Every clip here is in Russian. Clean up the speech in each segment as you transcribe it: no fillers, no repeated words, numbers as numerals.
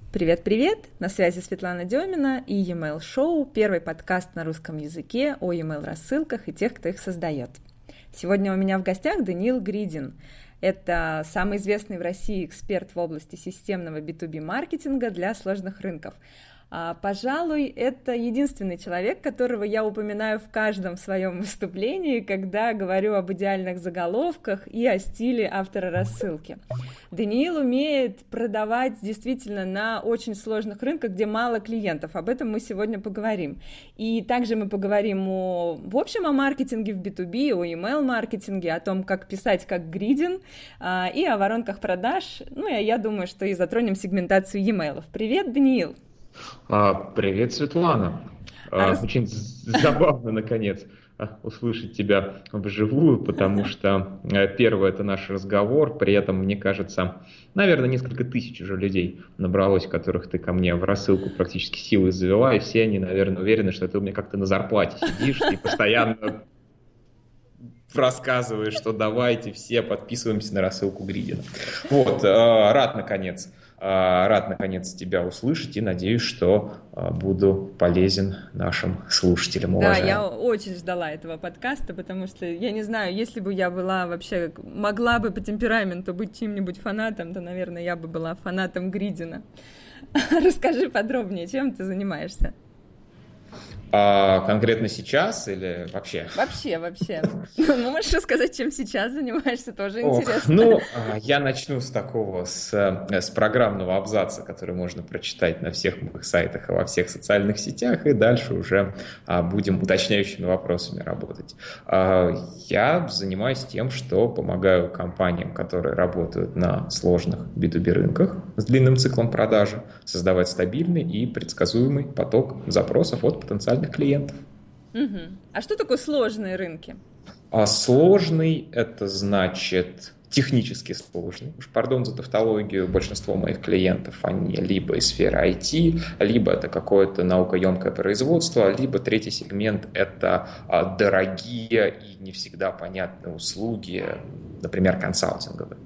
Привет-привет! На связи Светлана Демина и e-mail Show, первый подкаст на русском языке о e-mail рассылках и тех, кто их создает. Сегодня у меня в гостях Даниил Гридин. Это самый известный в России эксперт в области системного B2B маркетинга для сложных рынков. Пожалуй, это единственный человек, которого я упоминаю в каждом своем выступлении, когда говорю об идеальных заголовках и о стиле автора рассылки. Даниил умеет продавать действительно на очень сложных рынках, где мало клиентов. Об этом мы сегодня поговорим. И также мы поговорим в общем о маркетинге в B2B, о email-маркетинге, о том, как писать как Гридин, и о воронках продаж. Ну, и я думаю, что и затронем сегментацию e-mail'ов. Привет, Даниил! Привет, Светлана. Очень забавно, наконец, услышать тебя вживую, потому что первое — это наш разговор, при этом, мне кажется, наверное, несколько тысяч уже людей набралось, которых ты ко мне в рассылку практически силой завела, и все они, наверное, уверены, что ты у меня как-то на зарплате сидишь и постоянно рассказываешь, что давайте все подписываемся на рассылку Гридина. Вот, рад наконец тебя услышать и надеюсь, что буду полезен нашим слушателям. Уважаемым. Да, я очень ждала этого подкаста, потому что, я не знаю, если бы я была вообще, могла бы по темпераменту быть чьим-нибудь фанатом, то, наверное, я бы была фанатом Гридина. Расскажи подробнее, чем ты занимаешься? Конкретно сейчас или вообще? Вообще. Ну, можешь рассказать, чем сейчас занимаешься, тоже интересно. Я начну с такого, с программного абзаца, который можно прочитать на всех моих сайтах и во всех социальных сетях, и дальше уже будем уточняющими вопросами работать. Я занимаюсь тем, что помогаю компаниям, которые работают на сложных B2B рынках с длинным циклом продажи, создавать стабильный и предсказуемый поток запросов от потенциальных клиентов. Угу. А что такое сложные рынки? Сложный — это значит технически сложный. Уж пардон за тавтологию, большинство моих клиентов, они либо из сферы IT, либо это какое-то наукоемкое производство, либо третий сегмент — это дорогие и не всегда понятные услуги, например, консалтинговые.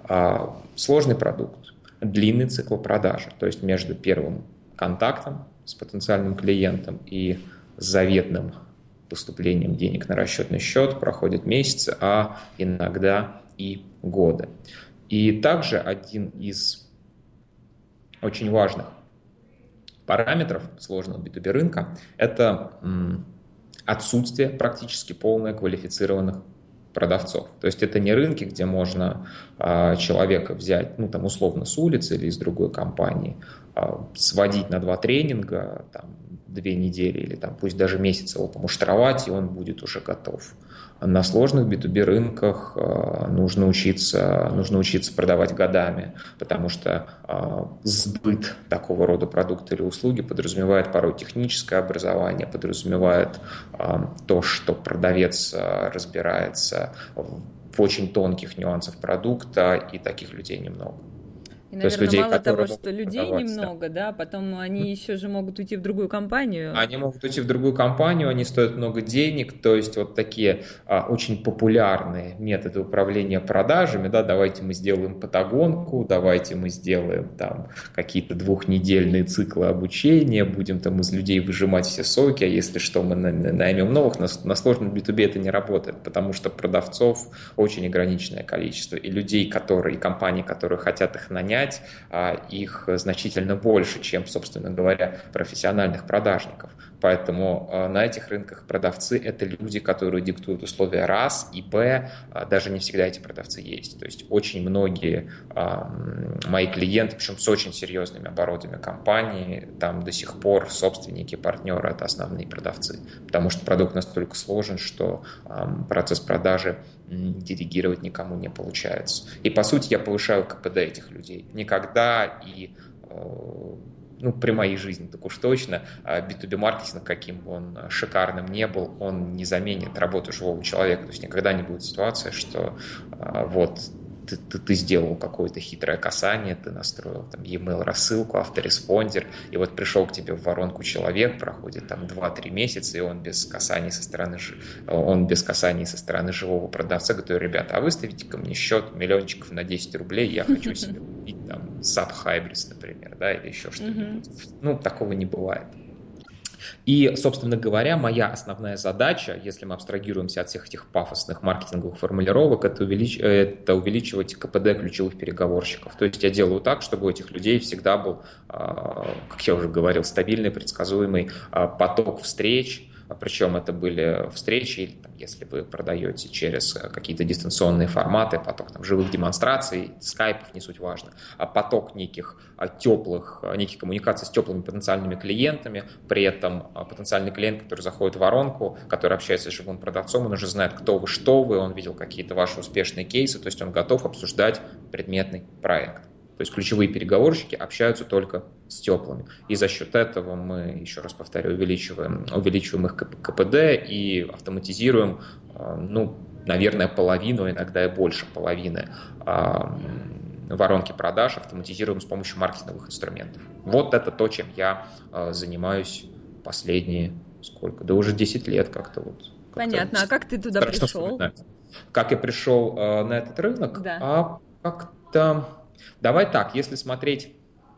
Сложный продукт, длинный цикл продажи, то есть между первым контактом с потенциальным клиентом и заветным поступлением денег на расчетный счет проходят месяцы, а иногда и годы. И также один из очень важных параметров сложного B2B рынка – это отсутствие практически полное квалифицированных продавцов. То есть это не рынки, где можно человека взять, условно, с улицы или из другой компании, сводить на 2 тренинга, 2 недели или пусть даже месяц его помуштровать, и он будет уже готов. На сложных B2B рынках нужно учиться продавать годами, потому что сбыт такого рода продукта или услуги подразумевает порой техническое образование, подразумевает то, что продавец разбирается в очень тонких нюансах продукта, и таких людей немного. И, наверное, людей, мало того, что людей немного, да, потом они еще же могут уйти в другую компанию. Они могут уйти в другую компанию, они стоят много денег, то есть вот такие очень популярные методы управления продажами, да, давайте мы сделаем патагонку, давайте мы сделаем какие-то 2-недельные циклы обучения, будем из людей выжимать все соки, а если что, мы наймем новых. На сложном B2B это не работает, потому что продавцов очень ограниченное количество, и людей, и компаний, которые хотят их нанять, их значительно больше, чем, собственно говоря, профессиональных продажников. Поэтому на этих рынках продавцы – это люди, которые диктуют условия раз, и б, даже не всегда эти продавцы есть. То есть очень многие мои клиенты, причем с очень серьезными оборотами компании, там до сих пор собственники, партнеры – это основные продавцы, потому что продукт настолько сложен, что процесс продажи делегировать никому не получается. И, по сути, я повышаю КПД этих людей. Никогда и при моей жизни так уж точно B2B-маркетинг, каким бы он шикарным не был, он не заменит работу живого человека. То есть никогда не будет ситуации, что ты сделал какое-то хитрое касание, ты настроил там e-mail рассылку, автореспондер, и вот пришел к тебе в воронку человек, проходит там 2-3 месяца, и он без касаний со стороны живого продавца говорит: ребята, а выставите ко мне счет миллиончиков на 10 рублей, я хочу себе купить там SAP Hybris, например, да, или еще что-нибудь. Ну, такого не бывает. И, собственно говоря, моя основная задача, если мы абстрагируемся от всех этих пафосных маркетинговых формулировок, это увеличивать КПД ключевых переговорщиков. То есть я делаю так, чтобы у этих людей всегда был, как я уже говорил, стабильный, предсказуемый поток встреч. Причем это были встречи, или, там, если вы продаете через какие-то дистанционные форматы, поток там, живых демонстраций, скайпов, не суть важно, поток неких коммуникаций с теплыми потенциальными клиентами, при этом потенциальный клиент, который заходит в воронку, который общается с живым продавцом, он уже знает, кто вы, что вы, он видел какие-то ваши успешные кейсы, то есть он готов обсуждать предметный проект. То есть ключевые переговорщики общаются только с теплыми. И за счет этого мы, еще раз повторю, увеличиваем их КПД и автоматизируем, наверное, половину, иногда и больше половины воронки продаж автоматизируем с помощью маркетинговых инструментов. Вот это то, чем я занимаюсь последние, уже 10 лет как-то вот. Понятно. А как ты туда пришел? Как я пришел на этот рынок? Да. Давай так, если смотреть,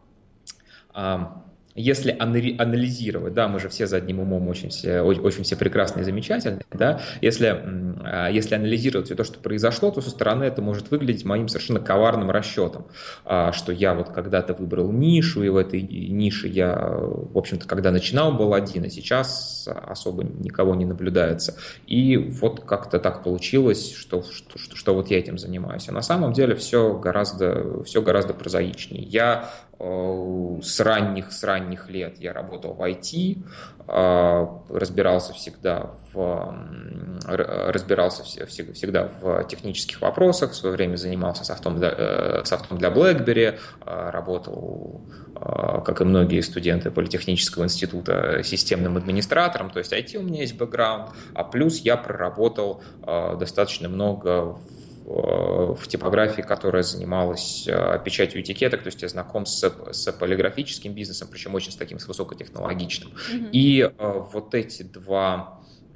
если анализировать, да, мы же все за одним умом очень все прекрасные и замечательные, да, если анализировать все то, что произошло, то со стороны это может выглядеть моим совершенно коварным расчетом, что я вот когда-то выбрал нишу, и в этой нише я, в общем-то, когда начинал, был один, а сейчас особо никого не наблюдается. И вот как-то так получилось, что вот я этим занимаюсь. А на самом деле все гораздо прозаичнее. Я с ранних лет я работал в IT, разбирался всегда в технических вопросах, в свое время занимался софтом для BlackBerry, работал, как и многие студенты Политехнического института, системным администратором, то есть IT у меня есть бэкграунд, а плюс я проработал достаточно много в типографии, которая занималась печатью этикеток, то есть я знаком с полиграфическим бизнесом, причем очень с таким с высокотехнологичным. И вот эти два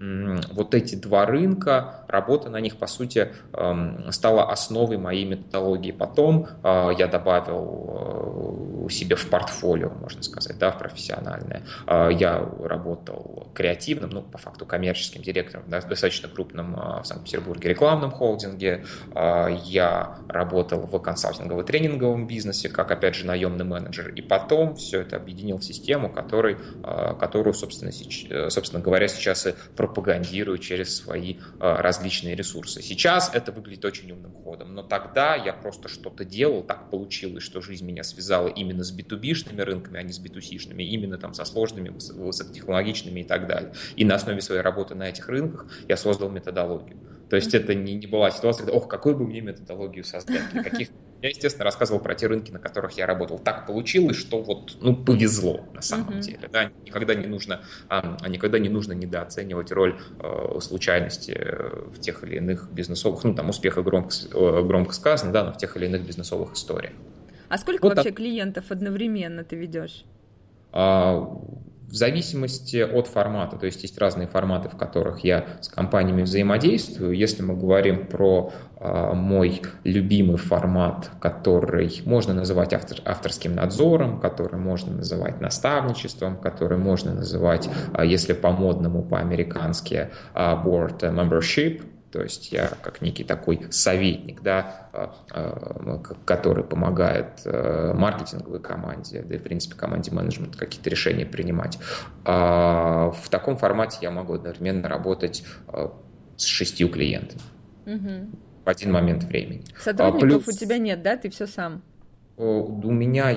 рынка, работа на них, по сути, стала основой моей методологии. Потом я добавил себе в портфолио, можно сказать, да, в профессиональное. Я работал креативным, по факту коммерческим директором, да, в достаточно крупном в Санкт-Петербурге рекламном холдинге. Я работал в консалтингово-тренинговом бизнесе, как, опять же, наемный менеджер. И потом все это объединил в систему, которую, собственно говоря, сейчас и пропагандирую через свои различные ресурсы. Сейчас это выглядит очень умным ходом, но тогда я просто что-то делал, так получилось, что жизнь меня связала именно с B2B-шными рынками, а не с B2C-шными, именно там со сложными, высокотехнологичными и так далее. И на основе своей работы на этих рынках я создал методологию. То есть это не была ситуация, когда, какую бы мне методологию создать, Я, естественно, рассказывал про те рынки, на которых я работал. Так получилось, что повезло на самом деле. Да? Никогда не нужно недооценивать роль случайности в тех или иных бизнесовых, успеха громко сказано, да, но в тех или иных бизнесовых историях. А сколько вообще клиентов одновременно ты ведешь? В зависимости от формата, то есть разные форматы, в которых я с компаниями взаимодействую. Если мы говорим про мой любимый формат, который можно называть авторским надзором, который можно называть наставничеством, который можно называть, если по-модному, по-американски, board membership, то есть я как некий такой советник, да, который помогает маркетинговой команде, да и в принципе команде менеджмента какие-то решения принимать. В таком формате я могу одновременно работать с 6 клиентами в один момент времени. Сотрудников у тебя нет, да? Ты все сам? У меня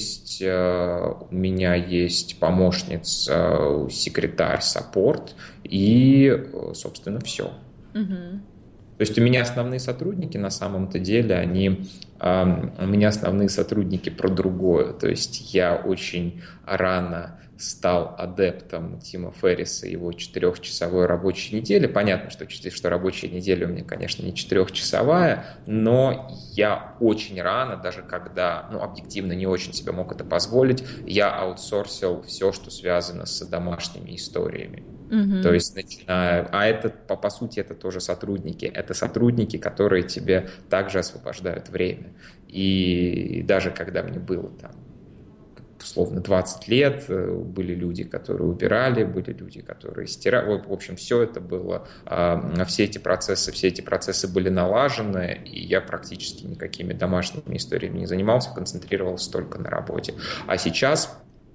есть помощница, секретарь, саппорт и, собственно, все. То есть у меня основные сотрудники на самом-то деле, они у меня основные сотрудники про другое. То есть я очень рано стал адептом Тима Ферриса и его 4-часовой рабочей недели. Понятно, что рабочая неделя у меня, конечно, не 4-часовая, но я очень рано, даже когда, объективно не очень себе мог это позволить, я аутсорсил все, что связано с домашними историями. То есть начиная... А это, по сути, это тоже сотрудники. Это сотрудники, которые тебе также освобождают время. И даже когда мне было там условно 20 лет, были люди, которые убирали, были люди, которые стирали. В общем, все это было, все эти процессы были налажены, и я практически никакими домашними историями не занимался, концентрировался только на работе. А сейчас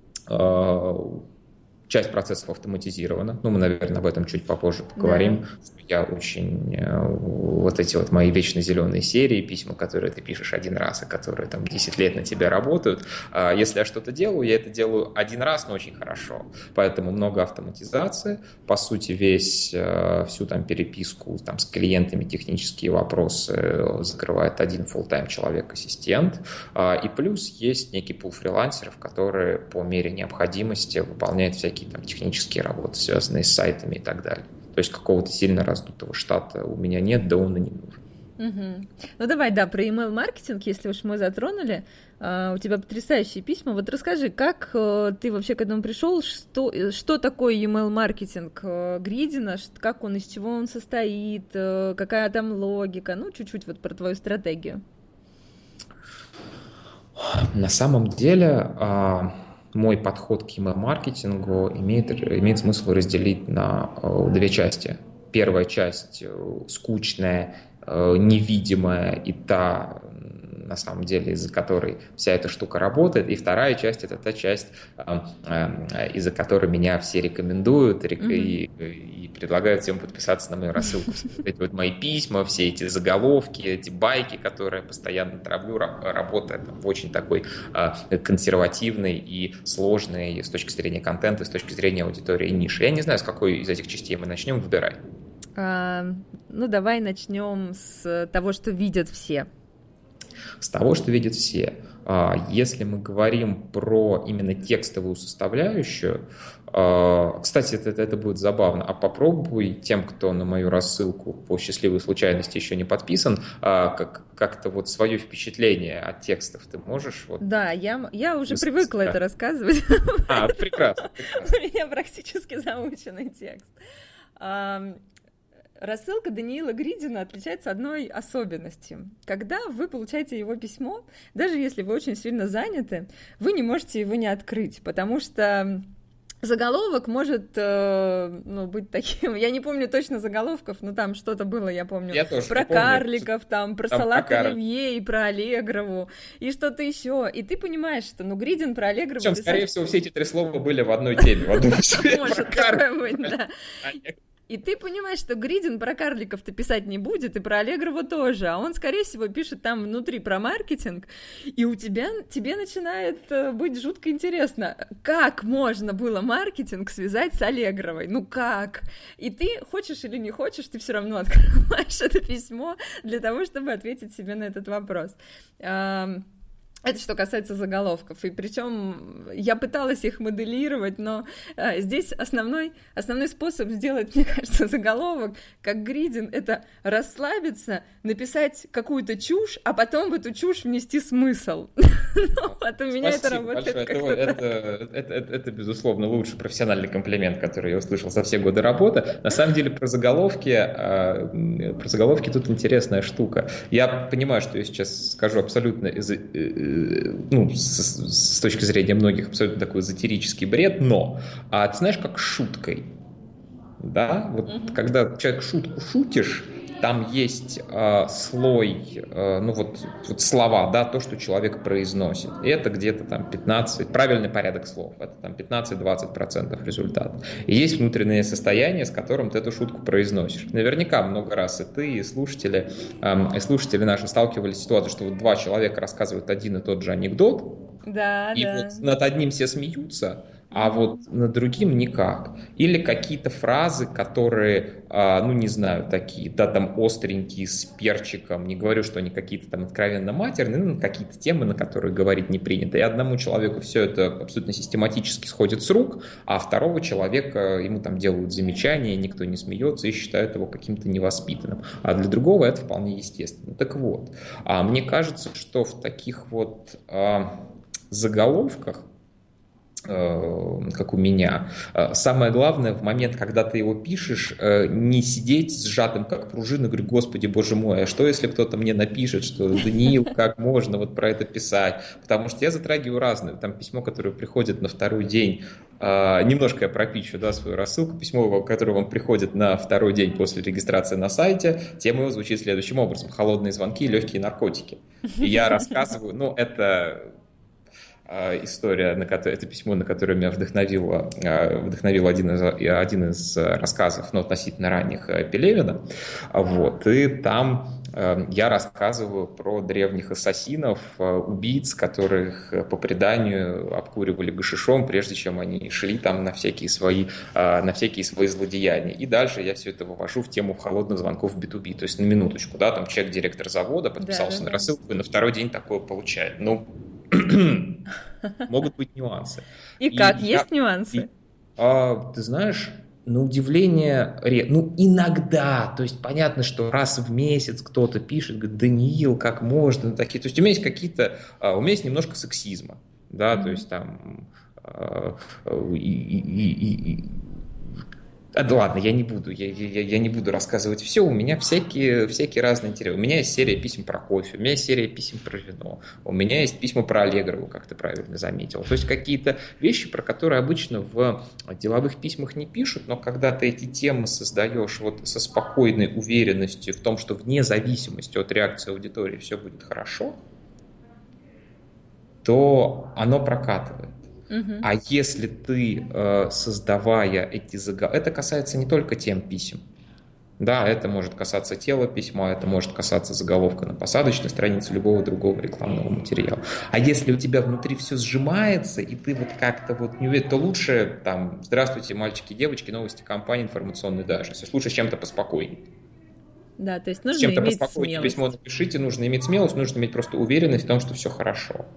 часть процессов автоматизирована. Мы, наверное, об этом чуть попозже поговорим. Да. Я очень... Вот эти вот мои вечно зеленые серии, письма, которые ты пишешь один раз, а которые там 10 лет на тебя работают. Если я что-то делаю, я это делаю один раз, но очень хорошо. Поэтому много автоматизации. По сути, всю там переписку там, с клиентами, технические вопросы закрывает один full-time человек-ассистент. И плюс есть некий пул фрилансеров, которые по мере необходимости выполняют всякие там технические работы, связанные с сайтами и так далее. То есть какого-то сильно раздутого штата у меня нет, да он и не нужен. Угу. Ну давай, про email-маркетинг, если уж мы затронули. У тебя потрясающие письма. Вот расскажи, как ты вообще к этому пришел, что такое email-маркетинг Гридина, как он, из чего он состоит, какая там логика, чуть-чуть вот про твою стратегию. На самом деле... Мой подход к email-маркетингу имеет смысл разделить на две части. Первая часть скучная, невидимая и та, на самом деле, из-за которой вся эта штука работает. И вторая часть – это та часть, из-за которой меня все рекомендуют и предлагают всем подписаться на мою рассылку. Эти вот мои письма, все эти заголовки, эти байки, которые я постоянно травлю, работая в очень такой консервативной и сложной с точки зрения контента, с точки зрения аудитории ниши. Я не знаю, с какой из этих частей мы начнем, выбирай. Давай начнем с того, что видят все. С того, что видят все. Если мы говорим про именно текстовую составляющую, кстати, это будет забавно, а попробуй тем, кто на мою рассылку по счастливой случайности еще не подписан, как-то вот свое впечатление от текстов ты можешь? Да, я уже привыкла это рассказывать. Прекрасно. У меня практически заученный текст. Рассылка Даниила Гридина отличается одной особенностью. Когда вы получаете его письмо, даже если вы очень сильно заняты, вы не можете его не открыть, потому что заголовок может быть таким, я не помню точно заголовков, но там что-то было, я помню, про карликов, там, про салат оливье и про Аллегрову, и что-то еще. И ты понимаешь, что, Гридин про Аллегрову... Причем, скорее всего, все эти три слова были в одной теме. Может такое быть, да. И ты понимаешь, что Гридин про карликов-то писать не будет, и про Аллегрову тоже, а он, скорее всего, пишет там внутри про маркетинг, и тебе начинает быть жутко интересно, как можно было маркетинг связать с Аллегровой, как? И ты, хочешь или не хочешь, ты все равно открываешь это письмо для того, чтобы ответить себе на этот вопрос. Это что касается заголовков, и причем я пыталась их моделировать, но здесь основной способ сделать, мне кажется, заголовок, как Гридин, это расслабиться, написать какую-то чушь, а потом в эту чушь внести смысл. Вот у меня это работает как-то так. Это, безусловно, лучший профессиональный комплимент, который я услышал за все годы работы. На самом деле, про заголовки тут интересная штука. Я понимаю, что я сейчас скажу абсолютно с точки зрения многих абсолютно такой эзотерический бред, но ты знаешь, как шуткой, да, когда человек шутку шутишь, там есть слой, слова, да, то, что человек произносит. И это где-то там 15, правильный порядок слов, это там 15-20% результата. И есть внутреннее состояние, с которым ты эту шутку произносишь. Наверняка много раз и ты, и слушатели наши сталкивались с ситуацией, что вот два человека рассказывают один и тот же анекдот, Да, И да. вот над одним все смеются, а вот над другим никак. Или какие-то фразы, которые, ну не знаю, такие, да, там остренькие, с перчиком. Не говорю, что они какие-то там откровенно матерные, но какие-то темы, на которые говорить не принято. И одному человеку все это абсолютно систематически сходит с рук, а второго человека ему там делают замечания, никто не смеется и считают его каким-то невоспитанным. А для другого это вполне естественно. Так вот, мне кажется, что в таких вот заголовках, как у меня, самое главное в момент, когда ты его пишешь, не сидеть сжатым как пружина, говорю, господи, боже мой, а что если кто-то мне напишет, что Даниил, как можно вот про это писать? Потому что я затрагиваю разные, там письмо, которое приходит на второй день, немножко я пропичу, да, свою рассылку, письмо, которое вам приходит на второй день после регистрации на сайте, тема его звучит следующим образом: холодные звонки и легкие наркотики. И я рассказываю, ну, это история, это письмо, на которое меня вдохновил один из рассказов, ну, относительно ранних Пелевина. Вот. И там я рассказываю про древних ассасинов, убийц, которых по преданию обкуривали гашишом, прежде чем они шли там на всякие свои злодеяния. И дальше я все это вывожу в тему холодных звонков в B2B. То есть на минуточку, да, там человек, директор завода, подписался на рассылку, и на второй день такое получает. Ну, могут быть нюансы. И как? Есть нюансы? Ты знаешь, на удивление, ну, иногда, то есть понятно, что раз в месяц кто-то пишет, говорит, Даниил, как можно, такие, то есть у меня есть немножко сексизма, да, то есть там, да ладно, я не буду рассказывать все, у меня всякие разные интересы. У меня есть серия писем про кофе, у меня есть серия писем про вино, у меня есть письма про Аллегрову, как ты правильно заметил. То есть какие-то вещи, про которые обычно в деловых письмах не пишут, но когда ты эти темы создаешь вот со спокойной уверенностью в том, что вне зависимости от реакции аудитории все будет хорошо, то оно прокатывает. А если ты, создавая эти заголовки, это касается не только тем писем, да, это может касаться тела письма, это может касаться заголовка на посадочной странице любого другого рекламного материала. А если у тебя внутри все сжимается, и ты вот как-то вот не уверен, то лучше там, здравствуйте, мальчики и девочки, новости компании информационной даже, то есть лучше с чем-то поспокойнее. Да, то есть нужно иметь смелость. Письмо напишите, нужно иметь смелость, нужно иметь просто уверенность в том, что все хорошо.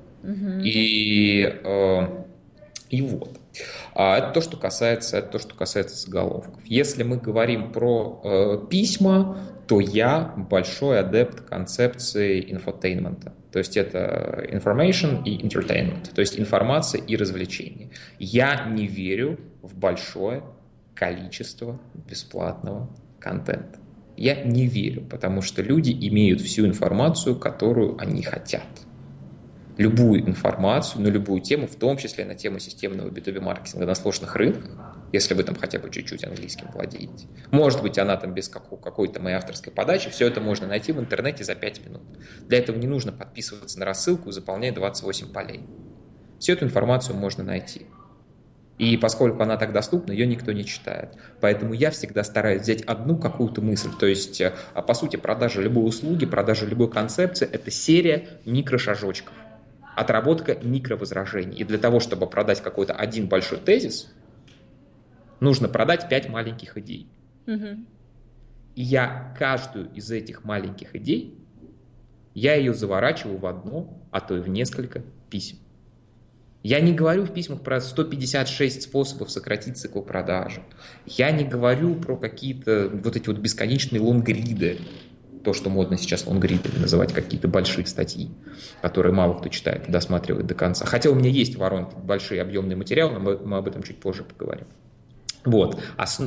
И вот. Это то, что касается заголовков. Если мы говорим про письма, то я большой адепт концепции инфотейнмента. То есть это information и entertainment, то есть информация и развлечение. Я не верю в большое количество бесплатного контента. Я не верю, потому что люди имеют всю информацию, которую они хотят. Любую информацию на любую тему, в том числе на тему системного B2B маркетинга на сложных рынках, если вы там хотя бы чуть-чуть английским владеете. Может быть, она там без какой-то моей авторской подачи, все это можно найти в интернете за 5 минут. Для этого не нужно подписываться на рассылку и заполнять 28 полей. Всю эту информацию можно найти. И поскольку она так доступна, ее никто не читает. Поэтому я всегда стараюсь взять одну какую-то мысль. То есть, по сути, продажа любой услуги, продажа любой концепции – это серия микрошажочков. Отработка микровозражений. И для того, чтобы продать какой-то один большой тезис, нужно продать 5 маленьких идей. И я каждую из этих маленьких идей, я ее заворачиваю в одно, а то и в несколько писем. Я не говорю в письмах про 156 способов сократить цикл продажи. Я не говорю про какие-то вот эти вот бесконечные лонгриды, то, что модно сейчас лонгридами называть, какие-то большие статьи, которые мало кто читает и досматривает до конца. Хотя у меня есть в воронке большие объемные материалы, но мы об этом чуть позже поговорим. Вот.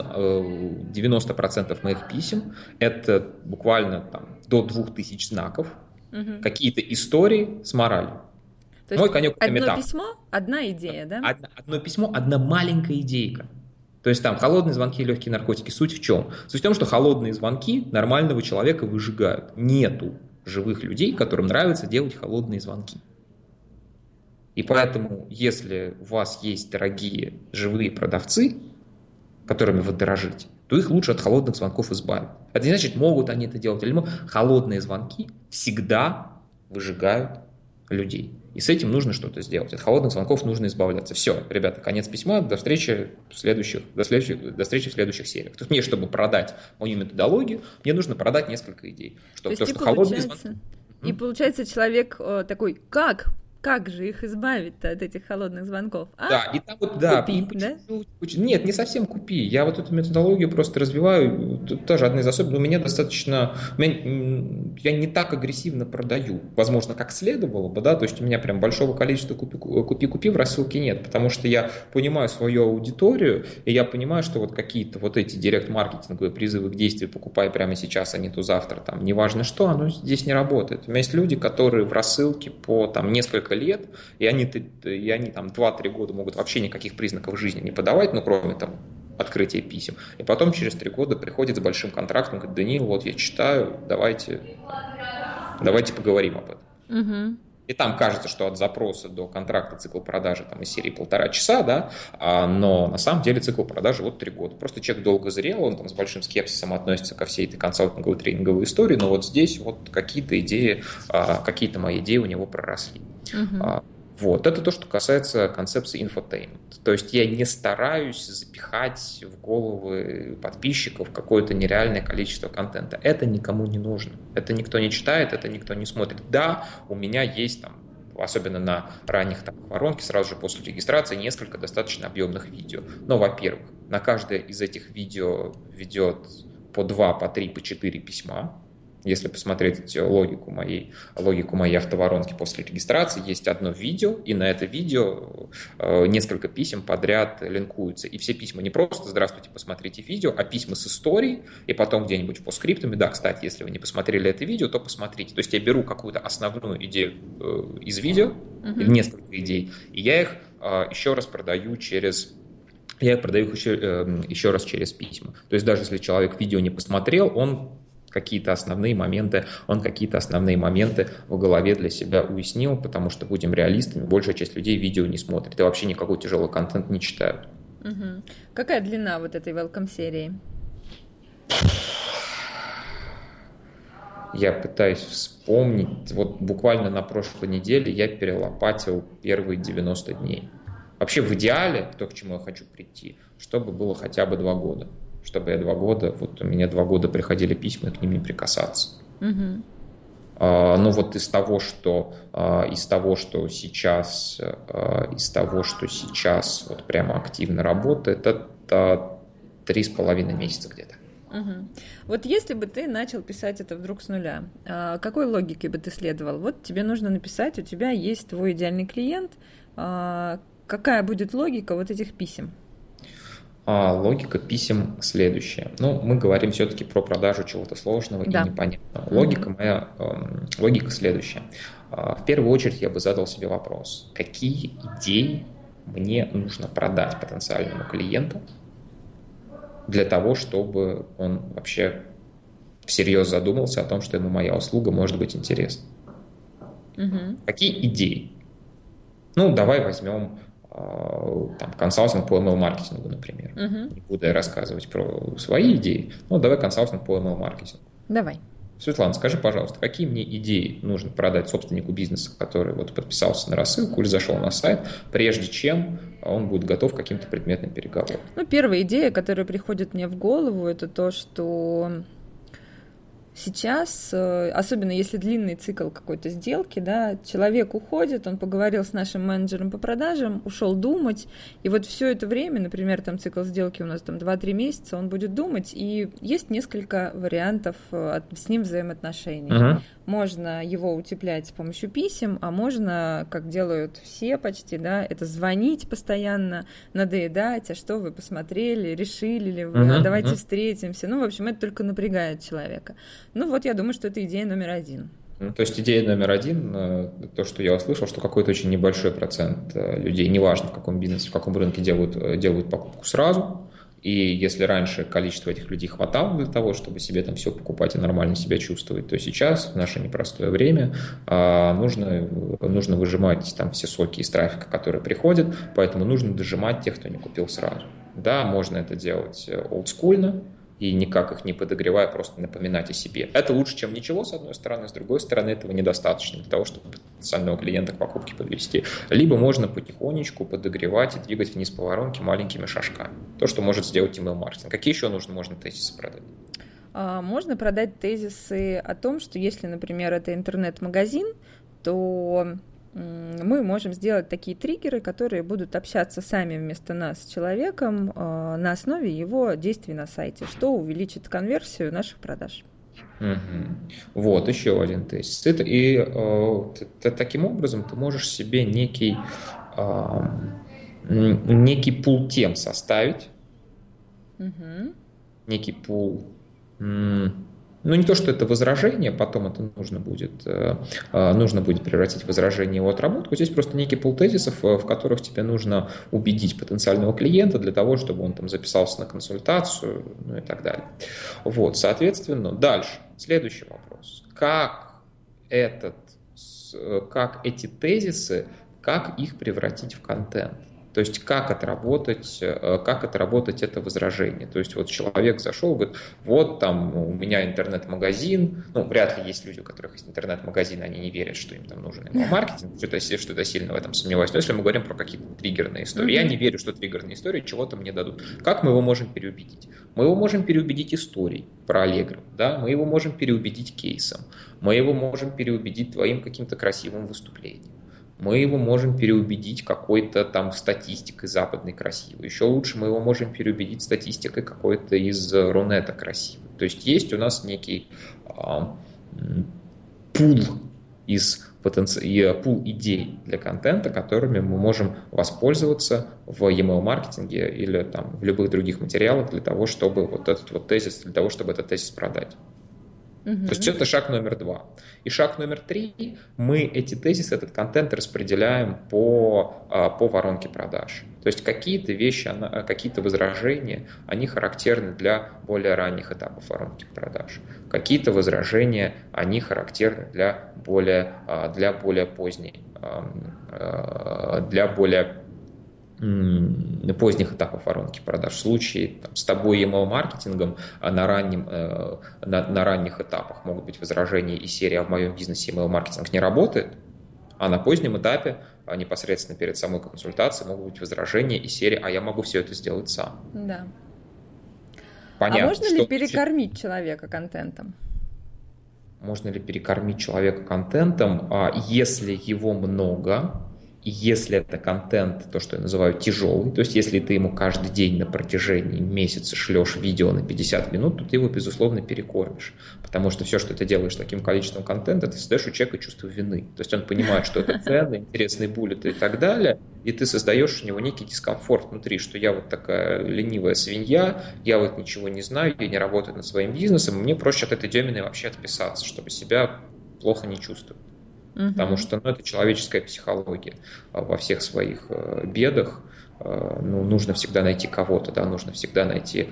90% моих писем – это буквально там, до 2000 знаков, какие-то истории с моралью. То Мой есть конек – это метафора. Одно письмо, одна идея, да? Одно письмо, одна маленькая идейка. То есть там холодные звонки и легкие наркотики. Суть в чем? Суть в том, что холодные звонки нормального человека выжигают. Нету живых людей, которым нравится делать холодные звонки. И поэтому, если у вас есть дорогие живые продавцы, которыми вы дорожите, то их лучше от холодных звонков избавить. Это не значит, могут они это делать или нет. Холодные звонки всегда выжигают людей. И с этим нужно что-то сделать. От холодных звонков нужно избавляться. Все, ребята, конец письма, до встречи в следующих сериях. То есть мне, чтобы продать мою методологию, мне нужно продать несколько идей. Что холодные звонки... И получается, человек такой, как же их избавить-то от этих холодных звонков? Да, и там вот, да. Купи, да? Нет, не совсем купи. Я вот эту методологию просто развиваю. Тут тоже одна из особенностей. У меня достаточно... Я не так агрессивно продаю. Возможно, как следовало бы, да. То есть у меня прям большого количества купи в рассылке нет. Потому что я понимаю свою аудиторию, и я понимаю, что вот какие-то вот эти директ-маркетинговые призывы к действию «покупай прямо сейчас, а не то завтра», там, неважно что, оно здесь не работает. У меня есть люди, которые в рассылке по там несколько лет, и они там 2-3 года могут вообще никаких признаков жизни не подавать, ну, кроме там открытия писем. И потом через 3 года приходит с большим контрактом, говорит: Даниил, вот я читаю, давайте поговорим об этом. Угу. И там кажется, что от запроса до контракта цикл продажи там из серии 1,5 часа, да, но на самом деле цикл продажи вот 3 года. Просто человек долго зрел, он там с большим скепсисом относится ко всей этой консалтинговой тренинговой истории, но вот здесь вот какие-то мои идеи у него проросли. Угу. Вот, это то, что касается концепции infotainment. То есть я не стараюсь запихать в головы подписчиков какое-то нереальное количество контента. Это никому не нужно. Это никто не читает, это никто не смотрит. Да, у меня есть там, особенно на ранних этапах воронки, сразу же после регистрации, несколько достаточно объемных видео. Но, во-первых, на каждое из этих видео ведет по 2, по 3, по 4 письма. Если посмотреть логику моей автоворонки после регистрации, есть одно видео, и на это видео несколько писем подряд линкуются. И все письма не просто «Здравствуйте, посмотрите видео», а письма с историей, и потом где-нибудь по скриптам. Да, кстати, если вы не посмотрели это видео, то посмотрите. То есть я беру какую-то основную идею из видео, или несколько идей, и я их еще раз продаю еще раз через письма. То есть даже если человек видео не посмотрел, он какие-то основные моменты в голове для себя уяснил, потому что, будем реалистами, большая часть людей видео не смотрит и вообще никакой тяжелый контент не читают. Угу. Какая длина вот этой welcome серии? Я пытаюсь вспомнить. Вот буквально на прошлой неделе я перелопатил первые 90 дней. Вообще в идеале, то, к чему я хочу прийти, чтобы было хотя бы 2 года. Чтобы я 2 года, вот у меня 2 года приходили письма, и к ним не прикасаться. Угу. Но вот из того, что сейчас вот прямо активно работает, это 3,5 месяца где-то. Угу. Вот если бы ты начал писать это вдруг с нуля, какой логике бы ты следовал? Вот тебе нужно написать, у тебя есть твой идеальный клиент, какая будет логика вот этих писем? Логика писем следующая. Мы говорим все-таки про продажу чего-то сложного и непонятного. Логика следующая. В первую очередь я бы задал себе вопрос: какие идеи мне нужно продать потенциальному клиенту для того, чтобы он вообще всерьез задумался о том, что ему моя услуга может быть интересна. Какие идеи? Давай возьмем консалтинг по email-маркетингу, например. Не буду я рассказывать про свои идеи, давай консалтинг по email-маркетингу. Давай. Светлана, скажи, пожалуйста, какие мне идеи нужно продать собственнику бизнеса, который вот подписался на рассылку или зашел на сайт, прежде чем он будет готов к каким-то предметным переговорам? Первая идея, которая приходит мне в голову, это то, что сейчас, особенно если длинный цикл какой-то сделки, да, человек уходит, он поговорил с нашим менеджером по продажам, ушел думать, и вот все это время, например, там цикл сделки у нас там 2-3 месяца, он будет думать, и есть несколько вариантов с ним взаимоотношений. Можно его утеплять с помощью писем, а можно, как делают все почти, да, это звонить постоянно, надоедать, а что вы посмотрели, решили ли вы, давайте встретимся. В общем, это только напрягает человека. Я думаю, что это идея номер 1. То есть идея номер 1, то, что я услышал, что какой-то очень небольшой процент людей, неважно в каком бизнесе, в каком рынке, делают покупку сразу. И если раньше количество этих людей хватало для того, чтобы себе там все покупать и нормально себя чувствовать, то сейчас, в наше непростое время, нужно выжимать там все соки из трафика, которые приходят, поэтому нужно дожимать тех, кто не купил сразу. Да, можно это делать олдскульно. и никак их не подогревая, просто напоминать о себе. Это лучше, чем ничего, с одной стороны, с другой стороны, этого недостаточно для того, чтобы потенциального клиента к покупке подвести. Либо можно потихонечку подогревать и двигать вниз по воронке маленькими шажками. То, что может сделать email-маркетинг. Какие еще можно тезисы продать? Можно продать тезисы о том, что если, например, это интернет-магазин, то мы можем сделать такие триггеры, которые будут общаться сами вместо нас с человеком на основе его действий на сайте, что увеличит конверсию наших продаж. Вот еще один тезис. Таким образом ты можешь себе некий пул тем составить, некий пул. Ну, не то, что это возражение, потом это нужно будет превратить в возражение его отработку. Здесь просто некий пул тезисов, в которых тебе нужно убедить потенциального клиента для того, чтобы он там записался на консультацию, ну и так далее. Вот, соответственно, дальше. Следующий вопрос. Как эти тезисы, как их превратить в контент? То есть как отработать это возражение. То есть вот человек зашел, говорит, вот там у меня интернет-магазин, ну, вряд ли есть люди, у которых есть интернет-магазин, они не верят, что им там нужен email-маркетинг, что-то сильно в этом сомневаюсь. Но если мы говорим про какие-то триггерные истории, я не верю, что триггерные истории чего-то мне дадут. Как мы его можем переубедить? Мы его можем переубедить историей про Allegro, да? Мы его можем переубедить кейсом, мы его можем переубедить твоим каким-то красивым выступлением. Мы его можем переубедить какой-то там статистикой западной красивой. Еще лучше мы его можем переубедить статистикой какой-то из Рунета красивой. То есть у нас некий пул идей для контента, которыми мы можем воспользоваться в email-маркетинге или там, в любых других материалах для того, чтобы этот тезис продать. То есть это шаг номер 2. И шаг номер 3, мы эти тезисы, этот контент распределяем по воронке продаж. То есть какие-то вещи, какие-то возражения, они характерны для более ранних этапов воронки продаж. Какие-то возражения, они характерны для более поздних этапов воронки продаж. В случае с тобой email-маркетингом на ранних этапах могут быть возражения из серии «А в моем бизнесе email-маркетинг не работает», а на позднем этапе, непосредственно перед самой консультацией, могут быть возражения из серии «А я могу все это сделать сам». Да. Понятно, а можно ли перекормить человека контентом? Можно ли перекормить человека контентом, если его много? И если это контент, то, что я называю тяжелый, то есть если ты ему каждый день на протяжении месяца шлешь видео на 50 минут, то ты его, безусловно, перекормишь. Потому что все, что ты делаешь таким количеством контента, ты создаешь у человека чувство вины. То есть он понимает, что это ценно, интересные буллеты и так далее, и ты создаешь у него некий дискомфорт внутри, что я вот такая ленивая свинья, я вот ничего не знаю, я не работаю над своим бизнесом, мне проще от этой Деминой вообще отписаться, чтобы себя плохо не чувствовать. Потому что это человеческая психология. Во всех своих бедах нужно всегда найти кого-то, да, нужно всегда найти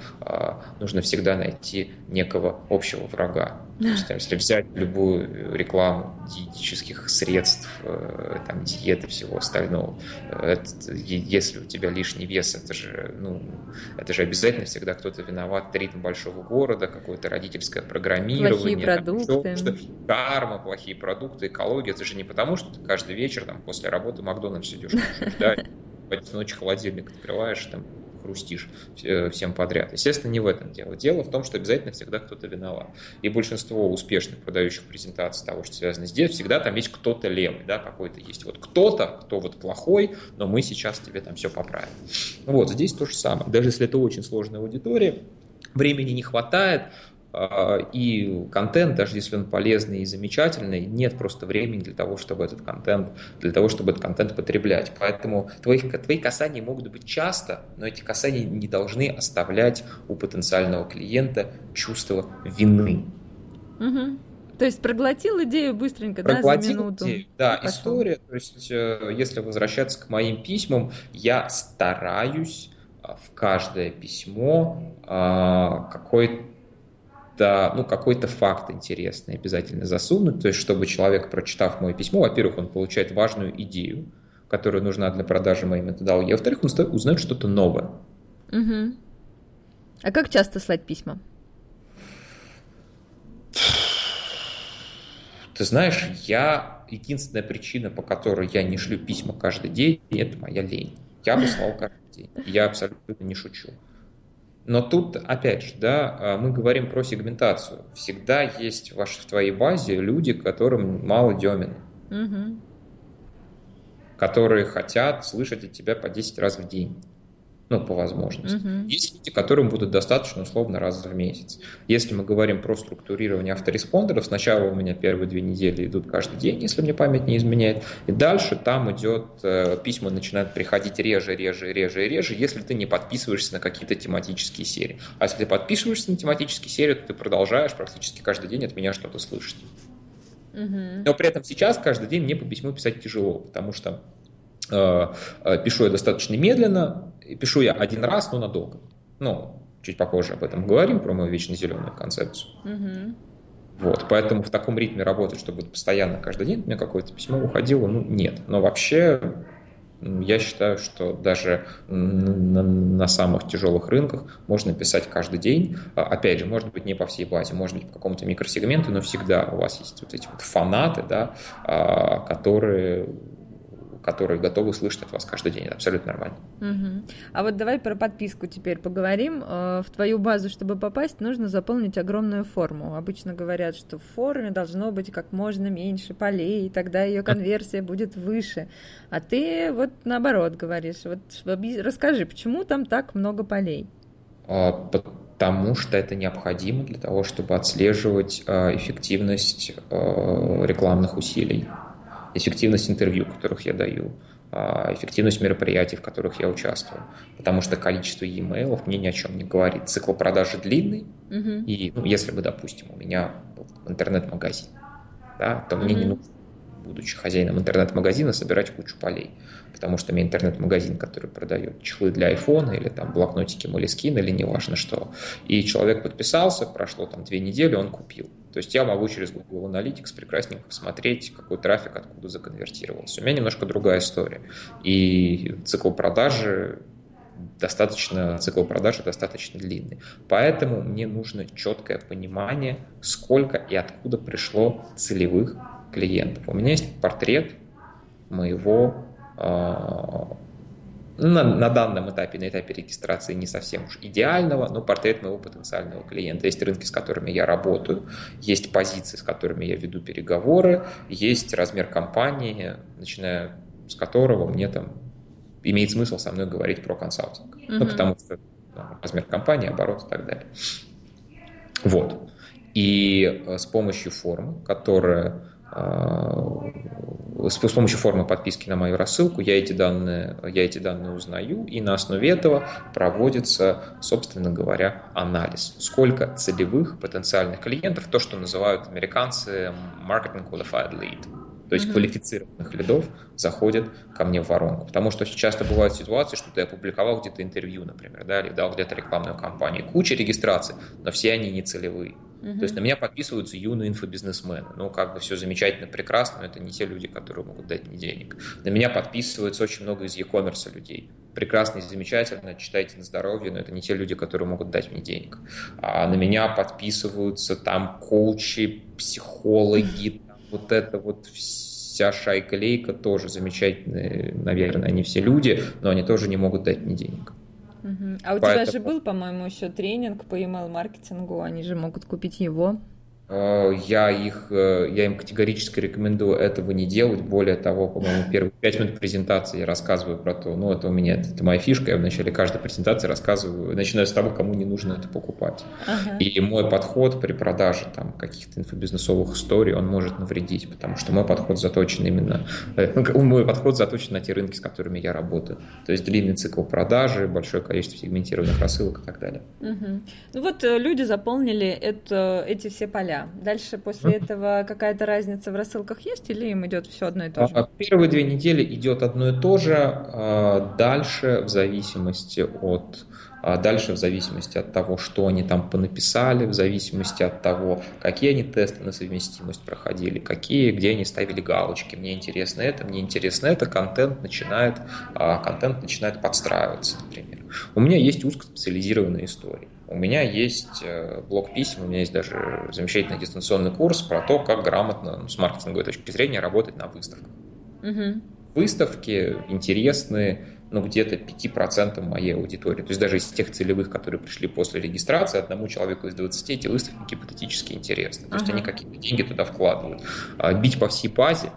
некого общего врага. То есть, если взять любую рекламу диетических средств, там, диеты, всего остального, если у тебя лишний вес, это же обязательно всегда кто-то виноват. Ритм большого города, какое-то родительское программирование. Плохие продукты. Карма, плохие продукты, экология. Это же не потому, что ты каждый вечер после работы в Макдональдс идешь кушать, да, в 1 ночи холодильник открываешь, там, хрустишь всем подряд. Естественно, не в этом дело. Дело в том, что обязательно всегда кто-то виноват. И большинство успешных продающих презентаций того, что связано с делом, всегда там есть кто-то левый, да, какой-то есть вот кто-то, кто вот плохой, но мы сейчас тебе там все поправим. Вот, здесь то же самое. Даже если это очень сложная аудитория, времени не хватает, и контент, даже если он полезный и замечательный, нет просто времени для того, чтобы этот контент потреблять. Поэтому твои касания могут быть часто, но эти касания не должны оставлять у потенциального клиента чувство вины. Угу. То есть проглотил идею быстренько, за минуту. Идею, да, история. То есть, если возвращаться к моим письмам, я стараюсь в каждое письмо какой-то факт интересный обязательно засунуть, то есть чтобы человек, прочитав мое письмо, во-первых, он получает важную идею, которая нужна для продажи моей методологии, а во-вторых, он узнает что-то новое. Угу. А как часто слать письма? Ты знаешь, единственная причина, по которой я не шлю письма каждый день, это моя лень. Я бы слал каждый день. Я абсолютно не шучу. Но тут, опять же, да, мы говорим про сегментацию. Всегда есть в твоей базе люди, которым мало Демина. Которые хотят слышать от тебя по 10 раз в день. Ну, по возможности. Есть люди, которым будут достаточно условно раз в месяц. Если мы говорим про структурирование автореспондеров, сначала у меня первые 2 недели идут каждый день, если мне память не изменяет, и дальше там письма начинают приходить реже, если ты не подписываешься на какие-то тематические серии. А если ты подписываешься на тематические серии, то ты продолжаешь практически каждый день от меня что-то слышать. Но при этом сейчас каждый день мне по письму писать тяжело, потому что пишу я достаточно медленно, пишу я один раз, но надолго. Ну, чуть попозже об этом говорим, про мою вечно зеленую концепцию. Вот, поэтому в таком ритме работать, чтобы постоянно каждый день у меня какое-то письмо уходило, нет. Но вообще я считаю, что даже на самых тяжелых рынках можно писать каждый день. Опять же, может быть, не по всей базе, может быть, по какому-то микросегменту, но всегда у вас есть вот эти вот фанаты, да, которые готовы слышать от вас каждый день. Это абсолютно нормально. А вот давай про подписку теперь поговорим. В твою базу, чтобы попасть, нужно заполнить огромную форму. Обычно говорят, что в форме должно быть как можно меньше полей, и тогда ее конверсия будет выше. А ты вот наоборот говоришь. Вот расскажи, почему там так много полей? Потому что это необходимо для того, чтобы отслеживать эффективность рекламных усилий. Эффективность интервью, которых я даю, эффективность мероприятий, в которых я участвую. Потому что количество e-mail мне ни о чем не говорит. Цикл продажи длинный, и если бы, допустим, у меня был интернет-магазин, да, то мне не нужно, будучи хозяином интернет-магазина, собирать кучу полей. Потому что у меня интернет-магазин, который продает чехлы для айфона или там блокнотики Moleskine или неважно что. И человек подписался, прошло там 2 недели, он купил. То есть я могу через Google Analytics прекрасненько посмотреть, какой трафик откуда законвертировался. У меня немножко другая история. И цикл продажи достаточно длинный. Поэтому мне нужно четкое понимание, сколько и откуда пришло целевых клиентов. У меня есть портрет моего на данном этапе, на этапе регистрации не совсем уж идеального, но портрет моего потенциального клиента. Есть рынки, с которыми я работаю, есть позиции, с которыми я веду переговоры, есть размер компании, начиная с которого мне там имеет смысл со мной говорить про консалтинг. Ну, потому что размер компании, оборот и так далее. Вот. И с помощью формы, с помощью формы подписки на мою рассылку я эти данные узнаю, и на основе этого проводится, собственно говоря, анализ. Сколько целевых потенциальных клиентов, то, что называют американцы marketing qualified lead, то есть квалифицированных лидов заходят ко мне в воронку. Потому что очень часто бывают ситуации, что ты опубликовал где-то интервью, например, да, или дал где-то рекламную кампанию, куча регистраций, но все они не целевые. То есть на меня подписываются юные инфобизнесмены. Ну, как бы все замечательно, прекрасно, но это не те люди, которые могут дать мне денег. На меня подписывается очень много из e-commerce людей. Прекрасно и замечательно, читайте на здоровье, но это не те люди, которые могут дать мне денег. А на меня подписываются там коучи, психологи, вот это вот вся шайка-лейка, тоже замечательные, наверное, они все люди, но они тоже не могут дать мне денег. А у тебя же был, по-моему, еще тренинг по email-маркетингу, они же могут купить его. Я им категорически рекомендую этого не делать. Более того, по-моему, первые 5 минут презентации я рассказываю про то, это у меня, это моя фишка, я в начале каждой презентации рассказываю, начинаю с того, кому не нужно это покупать. И мой подход при продаже там каких-то инфобизнесовых историй, он может навредить, потому что мой подход заточен на те рынки, с которыми я работаю. То есть длинный цикл продажи, большое количество сегментированных рассылок и так далее. Ну вот люди заполнили эти все поля. Дальше после этого какая-то разница в рассылках есть или им идет все одно и то же? Первые 2 недели идет одно и то же. Дальше в зависимости от того, что они там понаписали, в зависимости от того, какие они тесты на совместимость проходили, где они ставили галочки. Мне интересно это, контент начинает подстраиваться, например. У меня есть узкоспециализированные истории. У меня есть блок писем, у меня есть даже замечательный дистанционный курс про то, как грамотно, с маркетинговой точки зрения, работать на выставках. Выставки интересны, где-то 5% моей аудитории. То есть даже из тех целевых, которые пришли после регистрации, одному человеку из 20 эти выставки гипотетически интересны. То есть они какие-то деньги туда вкладывают. Бить по всей базе,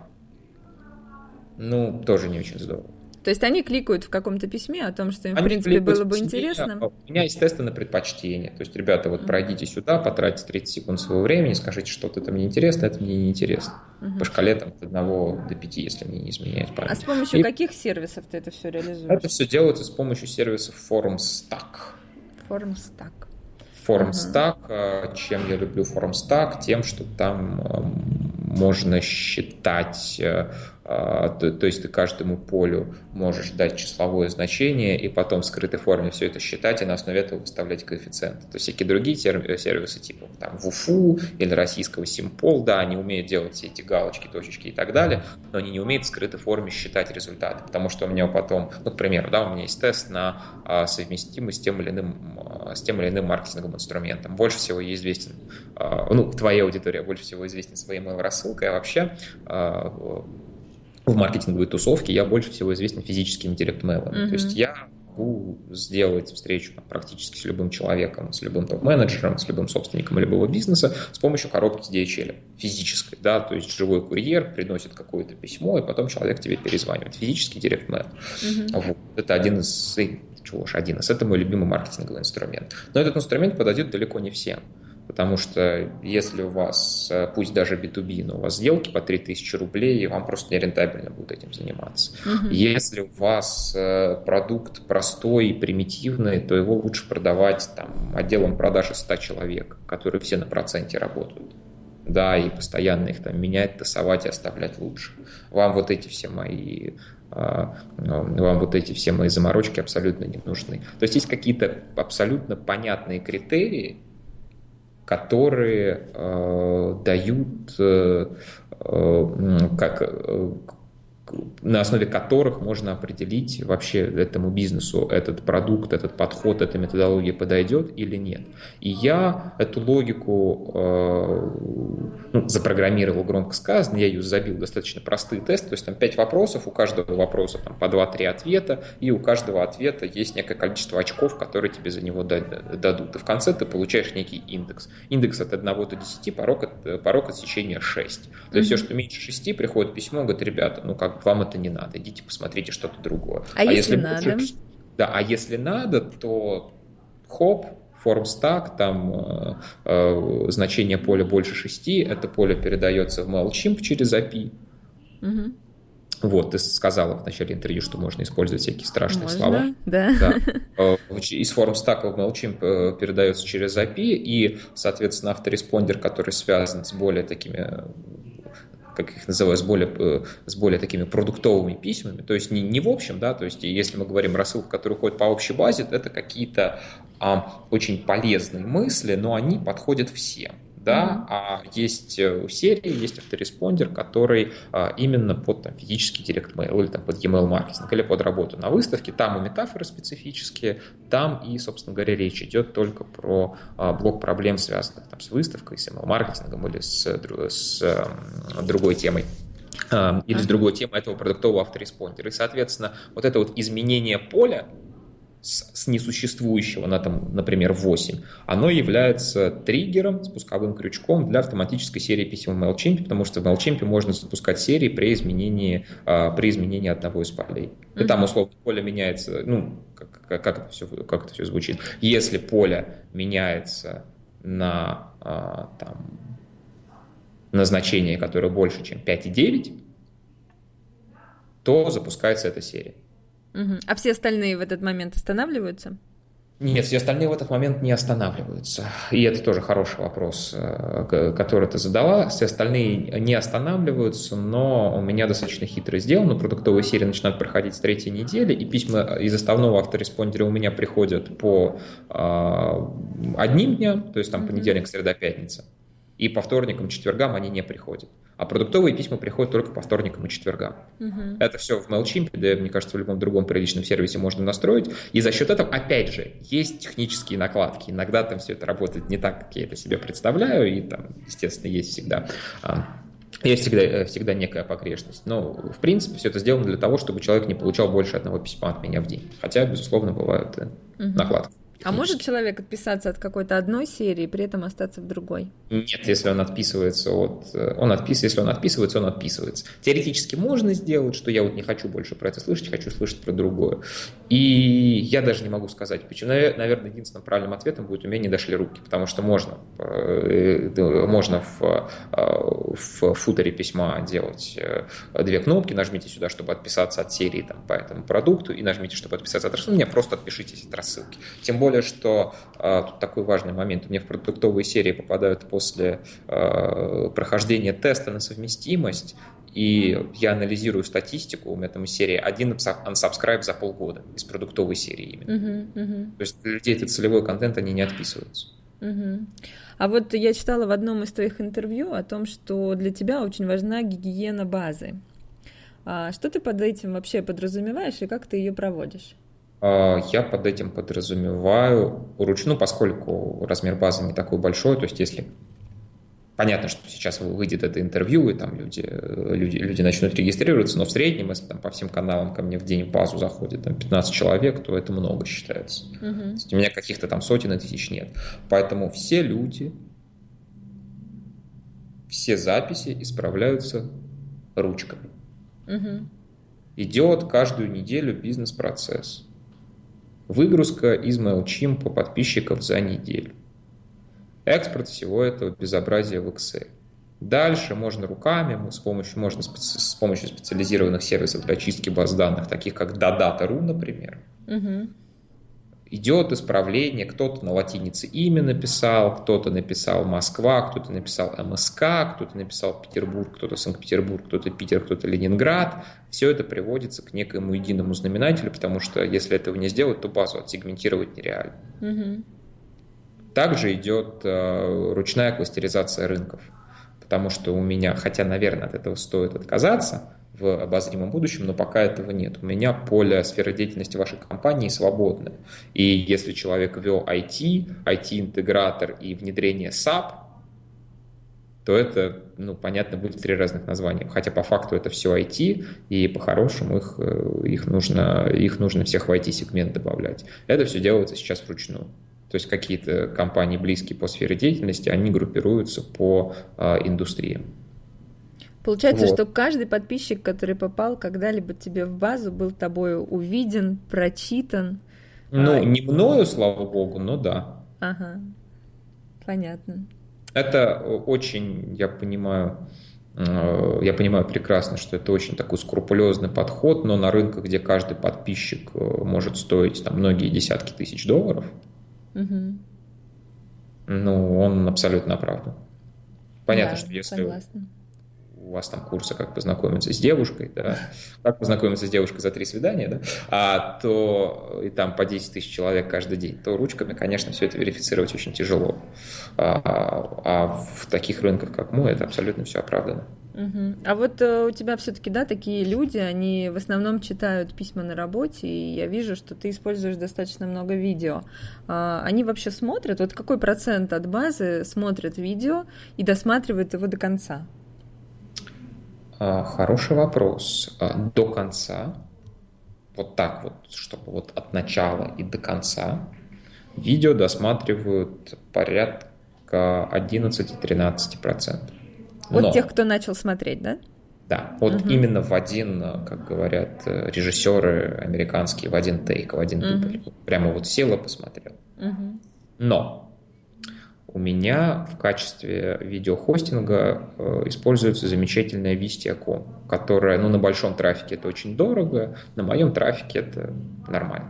тоже не очень здорово. То есть они кликают в каком-то письме о том, что им, в принципе, было бы интересно? У меня есть тесты на предпочтение. То есть, ребята, пройдите сюда, потратьте 30 секунд своего времени, скажите, что-то это мне интересно, это мне не интересно. По шкале от 1 до 5, если мне не изменяет память. А с помощью каких сервисов ты это все реализуешь? Это все делается с помощью сервисов ForumStack. ForumStack. Чем я люблю ForumStack? Тем, что там можно считать, то есть ты каждому полю можешь дать числовое значение и потом в скрытой форме все это считать и на основе этого выставлять коэффициенты. То есть всякие другие сервисы типа там ВУФУ или российского Симпол, да, они умеют делать все эти галочки, точечки и так далее, но они не умеют в скрытой форме считать результаты, потому что у меня потом, к примеру, да, у меня есть тест на совместимость с тем или иным маркетинговым инструментом. Больше всего ей известен, твоя аудитория больше всего известна своей email-рассылкой, а вообще в маркетинговой тусовке я больше всего известен физическими директ-мейлами. То есть я могу сделать встречу практически с любым человеком, с любым топ-менеджером, с любым собственником любого бизнеса с помощью коробки с DHL физической, да, то есть живой курьер приносит какое-то письмо, и потом человек тебе перезванивает. Физический директ-мейл. Это один из, это мой любимый маркетинговый инструмент. Но этот инструмент подойдет далеко не всем. Потому что если у вас, пусть даже B2B, но у вас сделки по 3000 рублей, вам просто нерентабельно будет этим заниматься. Если у вас продукт простой и примитивный, то его лучше продавать отделом продаж из 100 человек, которые все на проценте работают. Да, и постоянно их менять, тасовать и оставлять лучше. Вам эти все мои заморочки абсолютно не нужны. То есть есть какие-то абсолютно понятные критерии, которые дают, на основе которых можно определить вообще этому бизнесу этот продукт, этот подход, эта методология подойдет или нет. И я эту логику запрограммировал, громко сказано, я ее забил достаточно простые тесты, то есть 5 вопросов, у каждого вопроса по 2-3 ответа, и у каждого ответа есть некое количество очков, которые тебе за него дадут. И в конце ты получаешь некий индекс. Индекс от 1 до 10, порог отсечения 6. То есть все, что меньше 6, приходит письмо, говорит, ребята, вам это не надо, идите посмотрите что-то другое. А если надо? Да, а если надо, то ForumStack, значение поля больше 6, это поле передается в MailChimp через API. Ты сказала в начале интервью, что можно использовать всякие страшные слова. Да. Из ForumStack в MailChimp передается через API, и, соответственно, автореспондер, который связан с более такими, как их называют, с более такими продуктовыми письмами, то есть не в общем, да, то есть если мы говорим рассылку, которая уходит по общей базе, это какие-то очень полезные мысли, но они подходят всем. Да, а есть серии, есть автореспондер, который именно под физический директ-мейл или под e-mail маркетинг или под работу на выставке. Там и метафоры специфические, там и, собственно говоря, речь идет только про блок проблем, связанных с выставкой, с email маркетингом или с другой темой. Или с другой темой этого продуктового автореспондера. И, соответственно, это изменение поля с несуществующего на, например, 8, оно является триггером, спусковым крючком для автоматической серии писем в MailChimp, потому что в MailChimp можно запускать серии при изменении одного из полей. И там, условно, поле меняется, как это все звучит. Если поле меняется на значение, которое больше, чем 5,9, то запускается эта серия. А все остальные в этот момент останавливаются? Нет, все остальные в этот момент не останавливаются. И это тоже хороший вопрос, который ты задала. Все остальные не останавливаются, но у меня достаточно хитро сделано. Продуктовые серии начинают проходить с 3-й недели, и письма из основного автореспондера у меня приходят по одним дням, то есть понедельник, среда, пятница. И по вторникам, четвергам они не приходят. А продуктовые письма приходят только по вторникам и четвергам. Это все в MailChimp, да, мне кажется, в любом другом приличном сервисе можно настроить. И за счет этого, опять же, есть технические накладки. Иногда там все это работает не так, как я это себе представляю, и там, естественно, есть всегда некая погрешность. Но, в принципе, все это сделано для того, чтобы человек не получал больше одного письма от меня в день. Хотя, безусловно, бывают накладки. А может человек отписаться от какой-то одной серии и при этом остаться в другой? Нет, если он отписывается если он отписывается, он отписывается. Теоретически можно сделать, что я вот не хочу больше про это слышать, хочу слышать про другое. И я даже не могу сказать, почему. Наверное, единственным правильным ответом будет: у меня не дошли руки, потому что можно в футере письма делать 2 кнопки, нажмите сюда, чтобы отписаться от серии там, по этому продукту, и нажмите, чтобы отписаться от рассылки. Мне просто отпишитесь от рассылки. Тем более, что тут такой важный момент. У меня в продуктовые серии попадают после прохождения теста на совместимость, и я анализирую статистику. У меня там из серии 1 unsubscribe за полгода, из продуктовой серии именно. То есть для людей это целевой контент, они не отписываются. А вот я читала в одном из твоих интервью о том, что для тебя очень важна гигиена базы. Что ты под этим вообще подразумеваешь и как ты ее проводишь? Я под этим подразумеваю поскольку размер базы не такой большой, то есть если понятно, что сейчас выйдет это интервью, и там люди начнут регистрироваться, но в среднем, если там по всем каналам ко мне в день в базу заходит там 15 человек, то это много считается. То есть у меня каких-то там сотен тысяч нет. Поэтому все люди, все записи исправляются ручками. Идет каждую неделю бизнес-процесс. Выгрузка из MailChimp подписчиков за неделю. Экспорт всего этого безобразия в Excel. Дальше можно руками, с помощью специализированных сервисов для чистки баз данных, таких как Data.ru, например, идет исправление. Кто-то на латинице имя написал, кто-то написал Москва, кто-то написал МСК, кто-то написал Петербург, кто-то Санкт-Петербург, кто-то Питер, кто-то Ленинград. Все это приводится к некоему единому знаменателю, потому что если этого не сделать, то базу отсегментировать нереально. Также идет ручная кластеризация рынков, потому что у меня, хотя, наверное, от этого стоит отказаться в обозримом будущем, но пока этого нет. У меня поле сферы деятельности вашей компании свободное. И если человек ввел IT-интегратор и внедрение SAP, то это, понятно, будет 3 разных названия. Хотя по факту это все IT, и по-хорошему их нужно всех в IT-сегмент добавлять. Это все делается сейчас вручную. То есть какие-то компании, близкие по сфере деятельности, они группируются по индустриям. Получается, что каждый подписчик, который попал когда-либо тебе в базу, был тобой увиден, прочитан. Не мною, слава богу, но да. Ага, понятно. Это очень, я понимаю прекрасно, что это очень такой скрупулезный подход, но на рынках, где каждый подписчик может стоить там многие десятки тысяч долларов, он абсолютно оправдан. Понятно, что если согласна. У вас там курсы «Как познакомиться с девушкой», да, «Как познакомиться с девушкой за 3 свидания», да, то и там по 10 тысяч человек каждый день, то ручками, конечно, все это верифицировать очень тяжело. А в таких рынках, как мой, это абсолютно все оправдано. А вот у тебя все-таки, да, такие люди, они в основном читают письма на работе, и я вижу, что ты используешь достаточно много видео. Они вообще смотрят, вот какой процент от базы смотрят видео и досматривают его до конца? Хороший вопрос. До конца, вот так вот, чтобы вот от начала и до конца, видео досматривают порядка 11-13%. От тех, кто начал смотреть, да? Да, именно в один, как говорят режиссеры американские, в один тейк, в один дубль. Прямо вот сел и посмотрел. Но у меня в качестве видеохостинга используется замечательная Wistia.com, которая, на большом трафике это очень дорого, на моем трафике это нормально.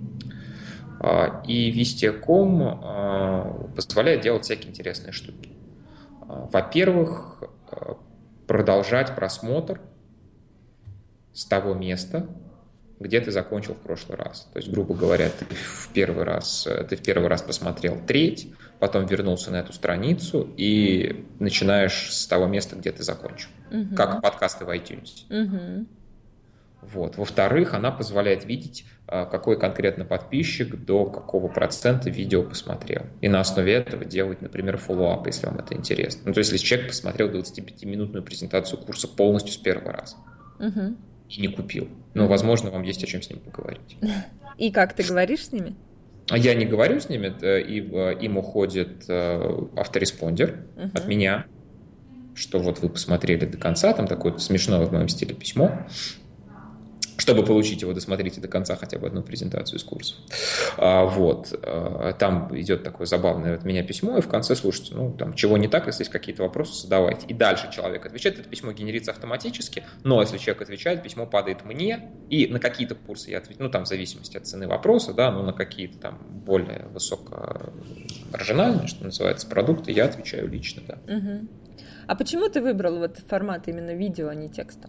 И Wistia.com позволяет делать всякие интересные штуки. Во-первых, продолжать просмотр с того места, где ты закончил в прошлый раз. То есть, грубо говоря, ты в первый раз посмотрел треть, потом вернулся на эту страницу и начинаешь с того места, где ты закончил. Как подкасты в iTunes. Вот. Во-вторых, она позволяет видеть, какой конкретно подписчик до какого процента видео посмотрел. И на основе этого делать, например, фоллоуап, если вам это интересно. Ну, то есть, если человек посмотрел 25-минутную презентацию курса полностью с первого раза и не купил, ну, возможно, вам есть о чем с ним поговорить. И как ты говоришь с ними? Я не говорю с ними, им уходит автореспондер от меня, что вот вы посмотрели до конца, там такое смешное в моем стиле письмо. Чтобы получить его, досмотрите до конца хотя бы одну презентацию из курса. Вот. Там идет такое забавное от меня письмо, и в конце слушайте, ну, там, чего не так, если есть какие-то вопросы, задавайте. И дальше человек отвечает, это письмо генерится автоматически, но если человек отвечает, письмо падает мне, и на какие-то курсы я отвечаю, ну, там, в зависимости от цены вопроса, да, но на какие-то там более высокоmarginальные, что называется, продукты, я отвечаю лично, да. А почему ты выбрал вот формат именно видео, а не текста?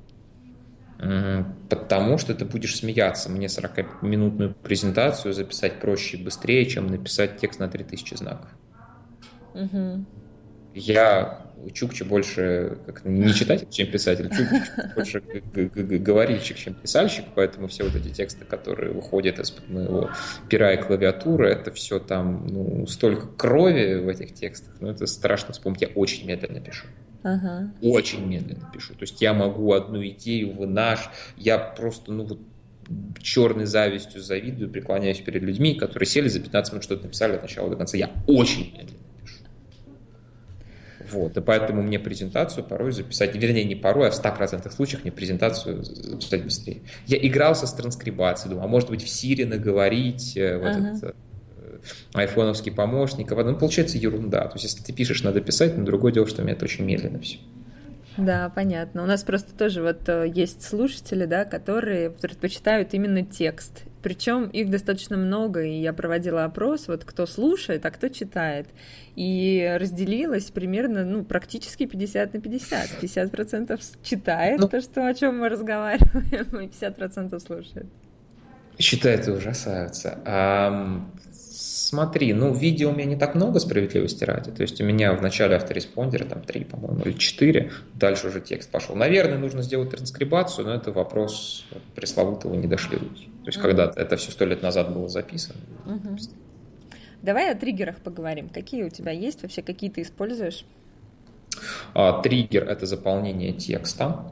Потому что ты будешь смеяться. Мне 40-минутную презентацию записать проще и быстрее, чем написать текст на 3000 знаков. Я чукче больше не читатель, чем писатель, чукче больше говорильщик, чем писальщик, поэтому все вот эти тексты, которые выходят из-под моего пера и клавиатуры, это все там, ну, столько крови в этих текстах, ну, это страшно вспомнить, я очень медленно пишу. Очень медленно пишу. То есть я могу одну идею я просто, ну, вот черной завистью завидую, преклоняюсь перед людьми, которые сели за 15 минут, что-то написали от начала до конца. Я очень медленно пишу. Вот. И поэтому мне презентацию порой записать, вернее, не порой, а в 100% случаях мне презентацию записать быстрее. Я игрался с транскрибацией, думал, а может быть в Siri наговорить этот айфоновский помощник, ну, получается ерунда. То есть, если ты пишешь, надо писать, но другое дело, что у меня это очень медленно все. Да, понятно. У нас просто тоже вот есть слушатели, да, которые предпочитают именно текст. Причем их достаточно много, и я проводила опрос, вот кто слушает, а кто читает. И разделилось примерно, ну, практически 50 на 50. 50% читает то, что, о чем мы разговариваем, и 50% слушает. Читают и ужасаются. Смотри, ну, видео у меня не так много, справедливости ради. То есть у меня в начале автореспондера там 3, по-моему, или 4, дальше уже текст пошел. Наверное, нужно сделать транскрибацию, но это вопрос пресловутого не дошли руки. То есть когда-то это все 100 лет назад было записано. Давай о триггерах поговорим. Какие у тебя есть? Вообще, какие ты используешь? Триггер – это заполнение теста.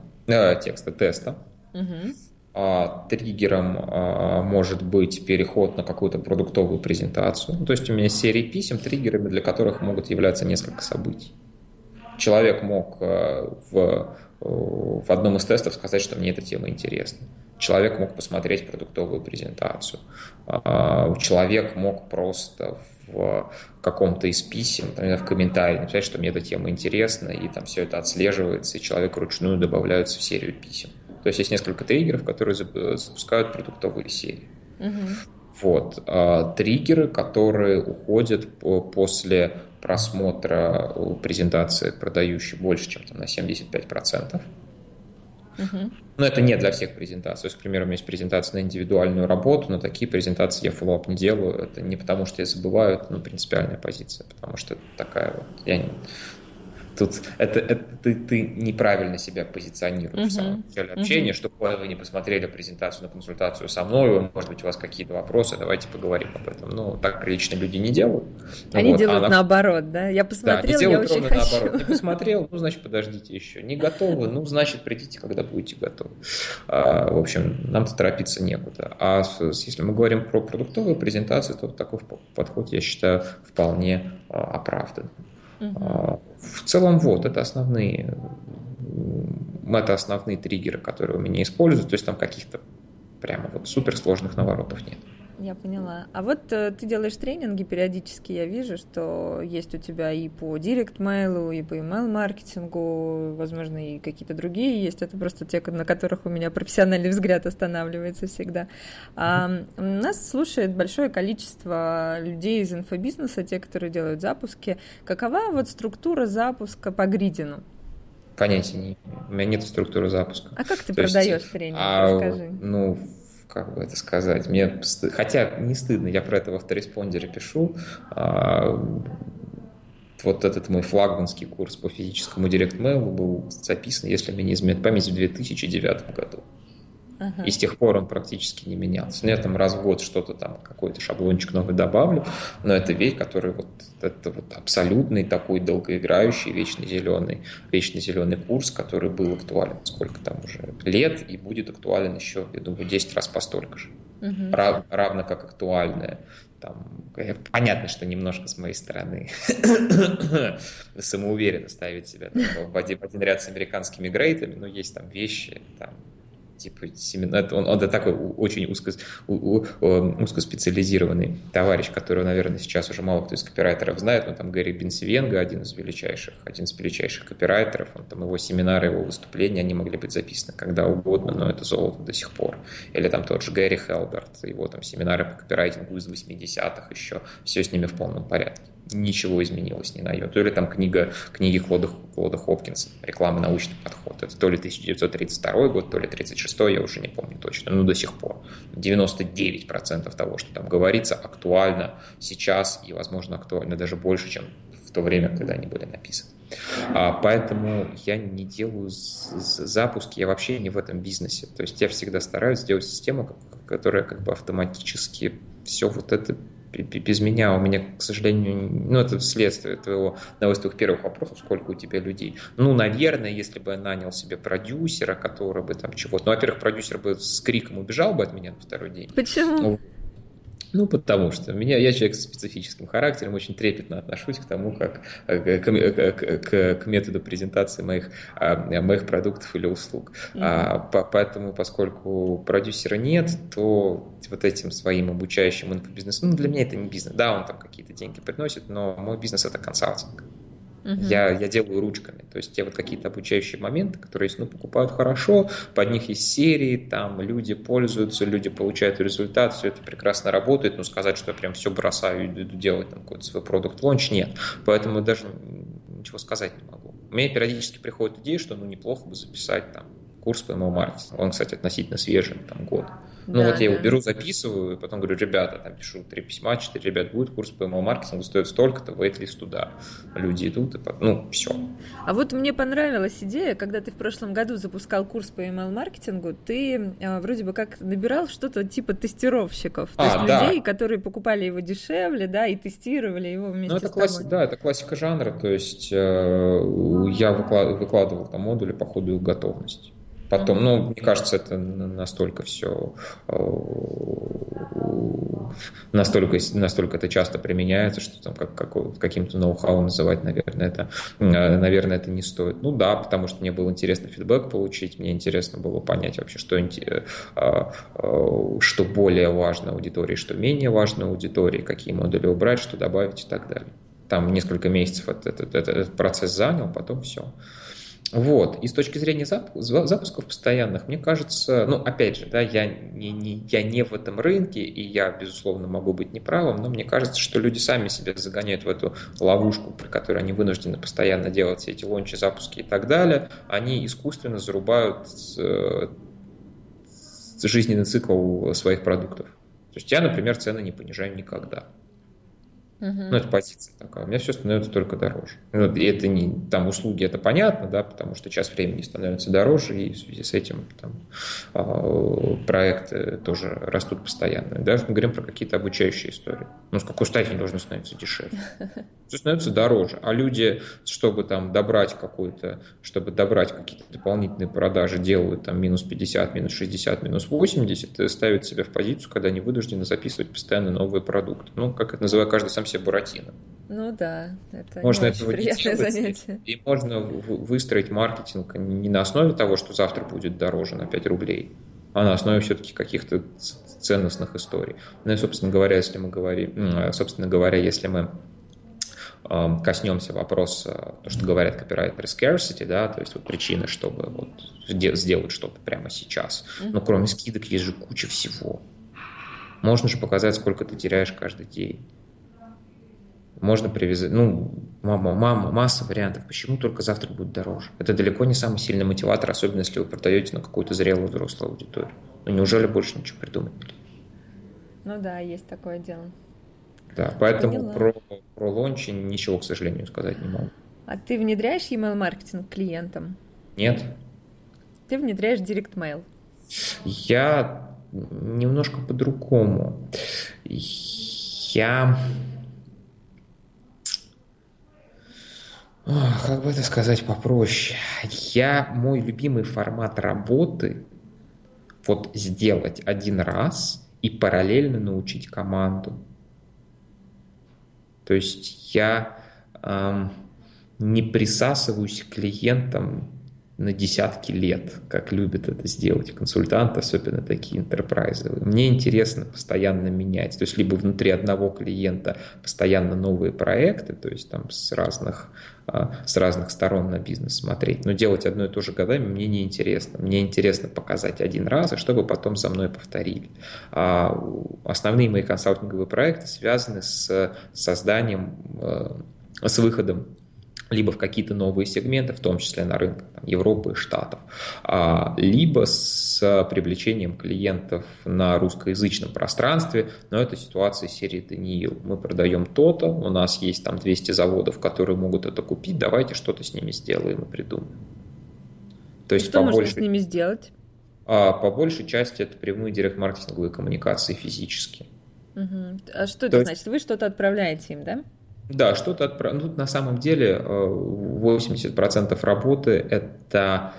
Триггером может быть переход на какую-то продуктовую презентацию. То есть у меня серия писем, триггерами для которых могут являться несколько событий. Человек мог в одном из тестов сказать, что мне эта тема интересна. Человек мог посмотреть продуктовую презентацию. Человек мог просто в каком-то из писем, например, в комментарии написать, что мне эта тема интересна, и там все это отслеживается, и человек вручную добавляется в серию писем. То есть есть несколько триггеров, которые запускают продуктовые серии. Вот. Триггеры, которые уходят после просмотра презентации, продающей больше, чем там, на 75%. Но это не для всех презентаций. То есть, к примеру, у меня есть презентация на индивидуальную работу, но такие презентации я фоллоуап не делаю. Это не потому, что я забываю, это принципиальная позиция, потому что такая вот... Тут ты неправильно себя позиционируешь в самом начале общения, что вы не посмотрели презентацию на консультацию со мной, может быть, у вас какие-то вопросы, давайте поговорим об этом. Ну, так приличные люди не делают. Они делают наоборот, да? Я посмотрел, я очень хочу. Наоборот. Не посмотрел, ну, значит, подождите еще. Не готовы, ну, значит, придите, когда будете готовы. В общем, нам-то торопиться некуда. А если мы говорим про продуктовые презентации, то такой подход, я считаю, вполне оправдан. В целом, вот, это основные триггеры, которые у меня используют, то есть там каких-то прямо вот суперсложных наворотов нет. Я поняла. А вот ты делаешь тренинги периодически, я вижу, что есть у тебя и по директ-мейлу, и по email-маркетингу, возможно, и какие-то другие есть. Это просто те, на которых у меня профессиональный взгляд останавливается всегда. Нас слушает большое количество людей из инфобизнеса, те, которые делают запуски. Какова вот структура запуска по Гридину? Понятия не имею. У меня нет структуры запуска. А как ты продаешь тренинг? Расскажи. Ну, как бы это сказать, хотя не стыдно, я про это в автореспондере пишу, вот этот мой флагманский курс по физическому директ-мейлу был записан, если мне не изменяет память, в 2009 году. И с тех пор он практически не менялся. Ну, я там раз в год что-то там, какой-то шаблончик новый добавлю, но это вещь, который это абсолютный такой долгоиграющий, вечно зеленый курс, который был актуален сколько там уже лет и будет актуален еще, я думаю, 10 раз по столько же. Равно как актуальное. Там, понятно, что немножко с моей стороны самоуверенно ставить себя в один ряд с американскими грейтами, но есть там вещи, там, типа, он такой очень узкоспециализированный товарищ, которого, наверное, сейчас уже мало кто из копирайтеров знает, но там Гэри Бенсивенго, один из величайших копирайтеров, там его семинары, его выступления, они могли быть записаны когда угодно, но это золото до сих пор. Или там тот же Гэри Хелберт, его там семинары по копирайтингу из 80-х еще, все с ними в полном порядке. Ничего изменилось ни на йоту. Или там книги Клода Хопкинса «Реклама. Научный подход». Это то ли 1932 год, то ли 1936, я уже не помню точно, но до сих пор. 99% того, что там говорится, актуально сейчас и, возможно, актуально даже больше, чем в то время, когда они были написаны. Поэтому я не делаю запуски, я вообще не в этом бизнесе. То есть я всегда стараюсь сделать систему, которая как бы автоматически все вот это без меня. У меня, к сожалению, это следствие одного из твоих первых вопросов, сколько у тебя людей. Наверное, если бы я нанял себе продюсера, который бы там чего-то... во-первых, продюсер бы с криком убежал бы от меня на второй день. Почему? Потому что я человек со специфическим характером, очень трепетно отношусь к тому, как к методу презентации моих продуктов или услуг. Поэтому, поскольку продюсера нет, то вот этим своим обучающим инфобизнесом, для меня это не бизнес. Да, он там какие-то деньги приносит, но мой бизнес – это консалтинг. Я делаю ручками, то есть те вот какие-то обучающие моменты, которые покупают хорошо, под них есть серии, там люди пользуются, люди получают результат, все это прекрасно работает, но сказать, что я прям все бросаю и иду делать там какой-то свой продукт-лонч, нет, поэтому даже ничего сказать не могу. У меня периодически приходит идея, что неплохо бы записать там курс по email-маркетингу, он, кстати, относительно свежий, там год. Я его беру, записываю, и потом говорю, ребята, там пишу 3 письма, 4 ребят, будет курс по email-маркетингу, стоит столько-то, вейт-лист туда. Люди идут, и все. А вот мне понравилась идея, когда ты в прошлом году запускал курс по email-маркетингу, ты вроде бы как набирал что-то типа тестировщиков, то есть людей, которые покупали его дешевле, и тестировали его вместе с тобой. Да, это классика жанра, то есть я выкладывал там модули по ходу их готовности. Потом, мне кажется, это настолько все, настолько это часто применяется, что там каким-то ноу-хау называть, наверное, это не стоит. Потому что мне было интересно фидбэк получить, мне интересно было понять вообще, что более важно аудитории, что менее важно аудитории, какие модули убрать, что добавить и так далее. Там несколько месяцев этот процесс занял, потом все. И с точки зрения запусков постоянных, мне кажется, опять же, я не в этом рынке, и я, безусловно, могу быть неправым, но мне кажется, что люди сами себя загоняют в эту ловушку, при которой они вынуждены постоянно делать все эти лончи, запуски и так далее, они искусственно зарубают жизненный цикл своих продуктов. То есть я, например, цены не понижаю никогда. Это позиция такая. У меня все становится только дороже. И это не там услуги, это понятно, потому что час времени становится дороже, и в связи с этим проекты тоже растут постоянно. Даже мы говорим про какие-то обучающие истории. С какой стати они должны становиться дешевле? Все становится дороже. А люди, чтобы добрать какие-то дополнительные продажи, делают там минус 50, минус 60, минус 80, и ставят себя в позицию, когда они вынуждены записывать постоянно новые продукты. Как это называю, каждый сам себе Буратино. Это можно не очень приятное занятие. И можно выстроить маркетинг не на основе того, что завтра будет дороже на 5 рублей, а на основе все-таки каких-то ценностных историй. И, собственно говоря, если мы коснемся вопроса, то, что говорят копирайтеры scarcity, то есть причины, чтобы сделать что-то прямо сейчас. Но кроме скидок есть же куча всего. Можно же показать, сколько ты теряешь каждый день. Можно привязать, масса вариантов. Почему только завтра будет дороже? Это далеко не самый сильный мотиватор, особенно если вы продаете на какую-то зрелую взрослую аудиторию. Неужели больше ничего придумать? Ну да, есть такое дело. Да, поэтому про лончи ничего, к сожалению, сказать не могу. А ты внедряешь email-маркетинг клиентам? Нет. Ты внедряешь директ-мейл? Я немножко по-другому. Как бы это сказать попроще? Мой любимый формат работы вот сделать один раз и параллельно научить команду. То есть я не присасываюсь к клиентам на десятки лет, как любят это сделать консультанты, особенно такие интерпрайзовые. Мне интересно постоянно менять, то есть либо внутри одного клиента постоянно новые проекты, то есть там с разных сторон на бизнес смотреть, но делать одно и то же годами мне не интересно. Мне интересно показать один раз, и чтобы потом за мной повторили. Основные мои консалтинговые проекты связаны с созданием, с выходом либо в какие-то новые сегменты, в том числе на рынках Европы и Штатов, либо с привлечением клиентов на русскоязычном пространстве, но это ситуация серии «Даниил». Мы продаем то-то, у нас есть там 200 заводов, которые могут это купить, давайте что-то с ними сделаем и придумаем. То есть что можно с ними сделать? По большей части это прямые директ-маркетинговые коммуникации физические. Угу. А что это значит? Вы что-то отправляете им, да? Да, что-то отправить. Тут на самом деле 80% работы – это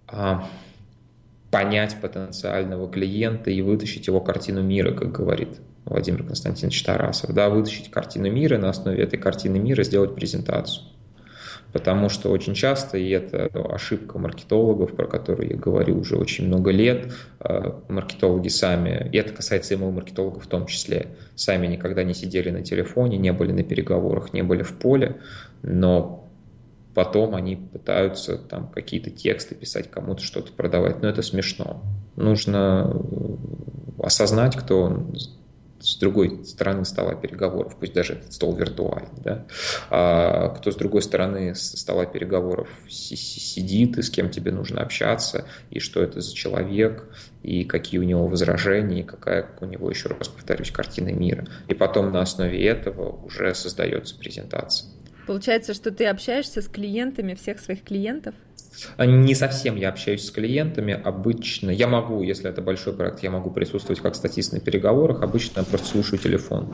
понять потенциального клиента и вытащить его картину мира, как говорит Владимир Константинович Тарасов. Да, вытащить картину мира, на основе этой картины мира сделать презентацию. Потому что очень часто, и это ошибка маркетологов, про которую я говорю уже очень много лет, маркетологи сами, и это касается email-маркетологов в том числе, сами никогда не сидели на телефоне, не были на переговорах, не были в поле, но потом они пытаются там какие-то тексты писать, кому-то что-то продавать. Но это смешно. Нужно осознать, кто он с другой стороны стола переговоров, пусть даже этот стол виртуальный, да, кто с другой стороны стола переговоров сидит, и с кем тебе нужно общаться, и что это за человек, и какие у него возражения, и какая у него, еще раз повторюсь, картина мира. И потом на основе этого уже создается презентация. Получается, что ты общаешься с клиентами всех своих клиентов? Не совсем я общаюсь с клиентами. Обычно я могу, если это большой проект, я могу присутствовать как статист на переговорах. Обычно я просто слушаю телефон.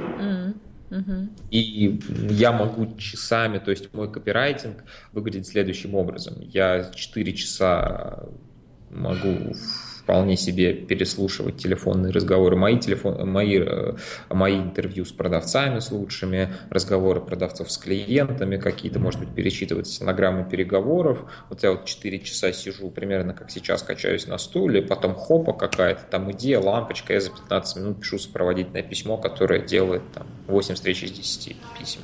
И я могу часами, то есть мой копирайтинг выглядит следующим образом. Я 4 часа могу вполне себе переслушивать телефонные разговоры, мои интервью с продавцами, с лучшими, разговоры продавцов с клиентами, какие-то, может быть, перечитывать стенограммы переговоров. Вот я 4 часа сижу, примерно как сейчас, качаюсь на стуле, потом хопа, какая-то там идея, лампочка, я за 15 минут пишу сопроводительное письмо, которое делает там 8 встреч из 10 писем.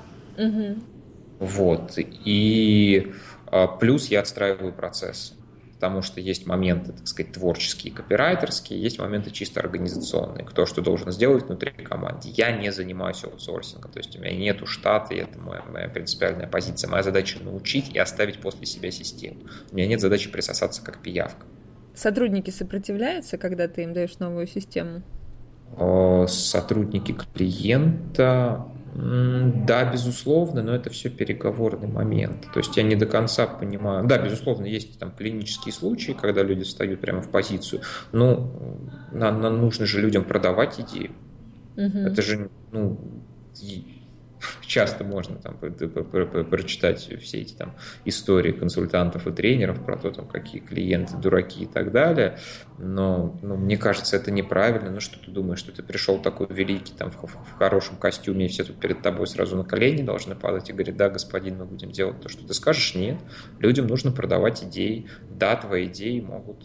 Вот. И плюс я отстраиваю процессы. Потому что есть моменты, так сказать, творческие, копирайтерские, есть моменты чисто организационные, кто что должен сделать внутри команды. Я не занимаюсь аутсорсингом, то есть у меня нету штата, и это моя принципиальная позиция. Моя задача научить и оставить после себя систему. У меня нет задачи присосаться как пиявка. Сотрудники сопротивляются, когда ты им даешь новую систему? Сотрудники клиента... Да, безусловно, но это все переговорный момент. То есть я не до конца понимаю. Да, безусловно, есть там клинические случаи, когда люди встают прямо в позицию. Но нам нужно же людям продавать идею. Это же, часто можно там прочитать все эти там истории консультантов и тренеров про то, там, какие клиенты дураки и так далее, но мне кажется, это неправильно. Ну что ты думаешь, что ты пришел такой великий там в хорошем костюме, и все тут перед тобой сразу на колени должны падать и говорить: да, господин, мы будем делать то, что ты скажешь? Нет, людям нужно продавать идеи. Да, твои идеи могут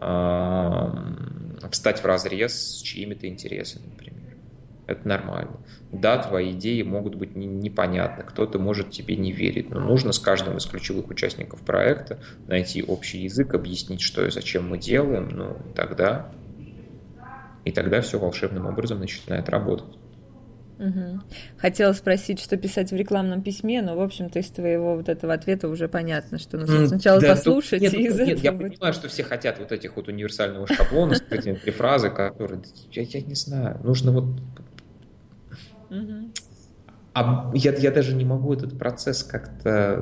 встать вразрез с чьими-то интересами, например. Это нормально. Да, твои идеи могут быть непонятны, кто-то может тебе не верить, но нужно с каждым из ключевых участников проекта найти общий язык, объяснить, что и зачем мы делаем, и тогда все волшебным образом начинает работать. Угу. Хотела спросить, что писать в рекламном письме, но, в общем-то, из твоего вот этого ответа уже понятно, что нужно сначала послушать нет, и из нет, я этого... понимаю, что все хотят вот этих вот универсального шаблона с этими три фразы, которые, я не знаю, нужно вот... Угу. Я даже не могу этот процесс как-то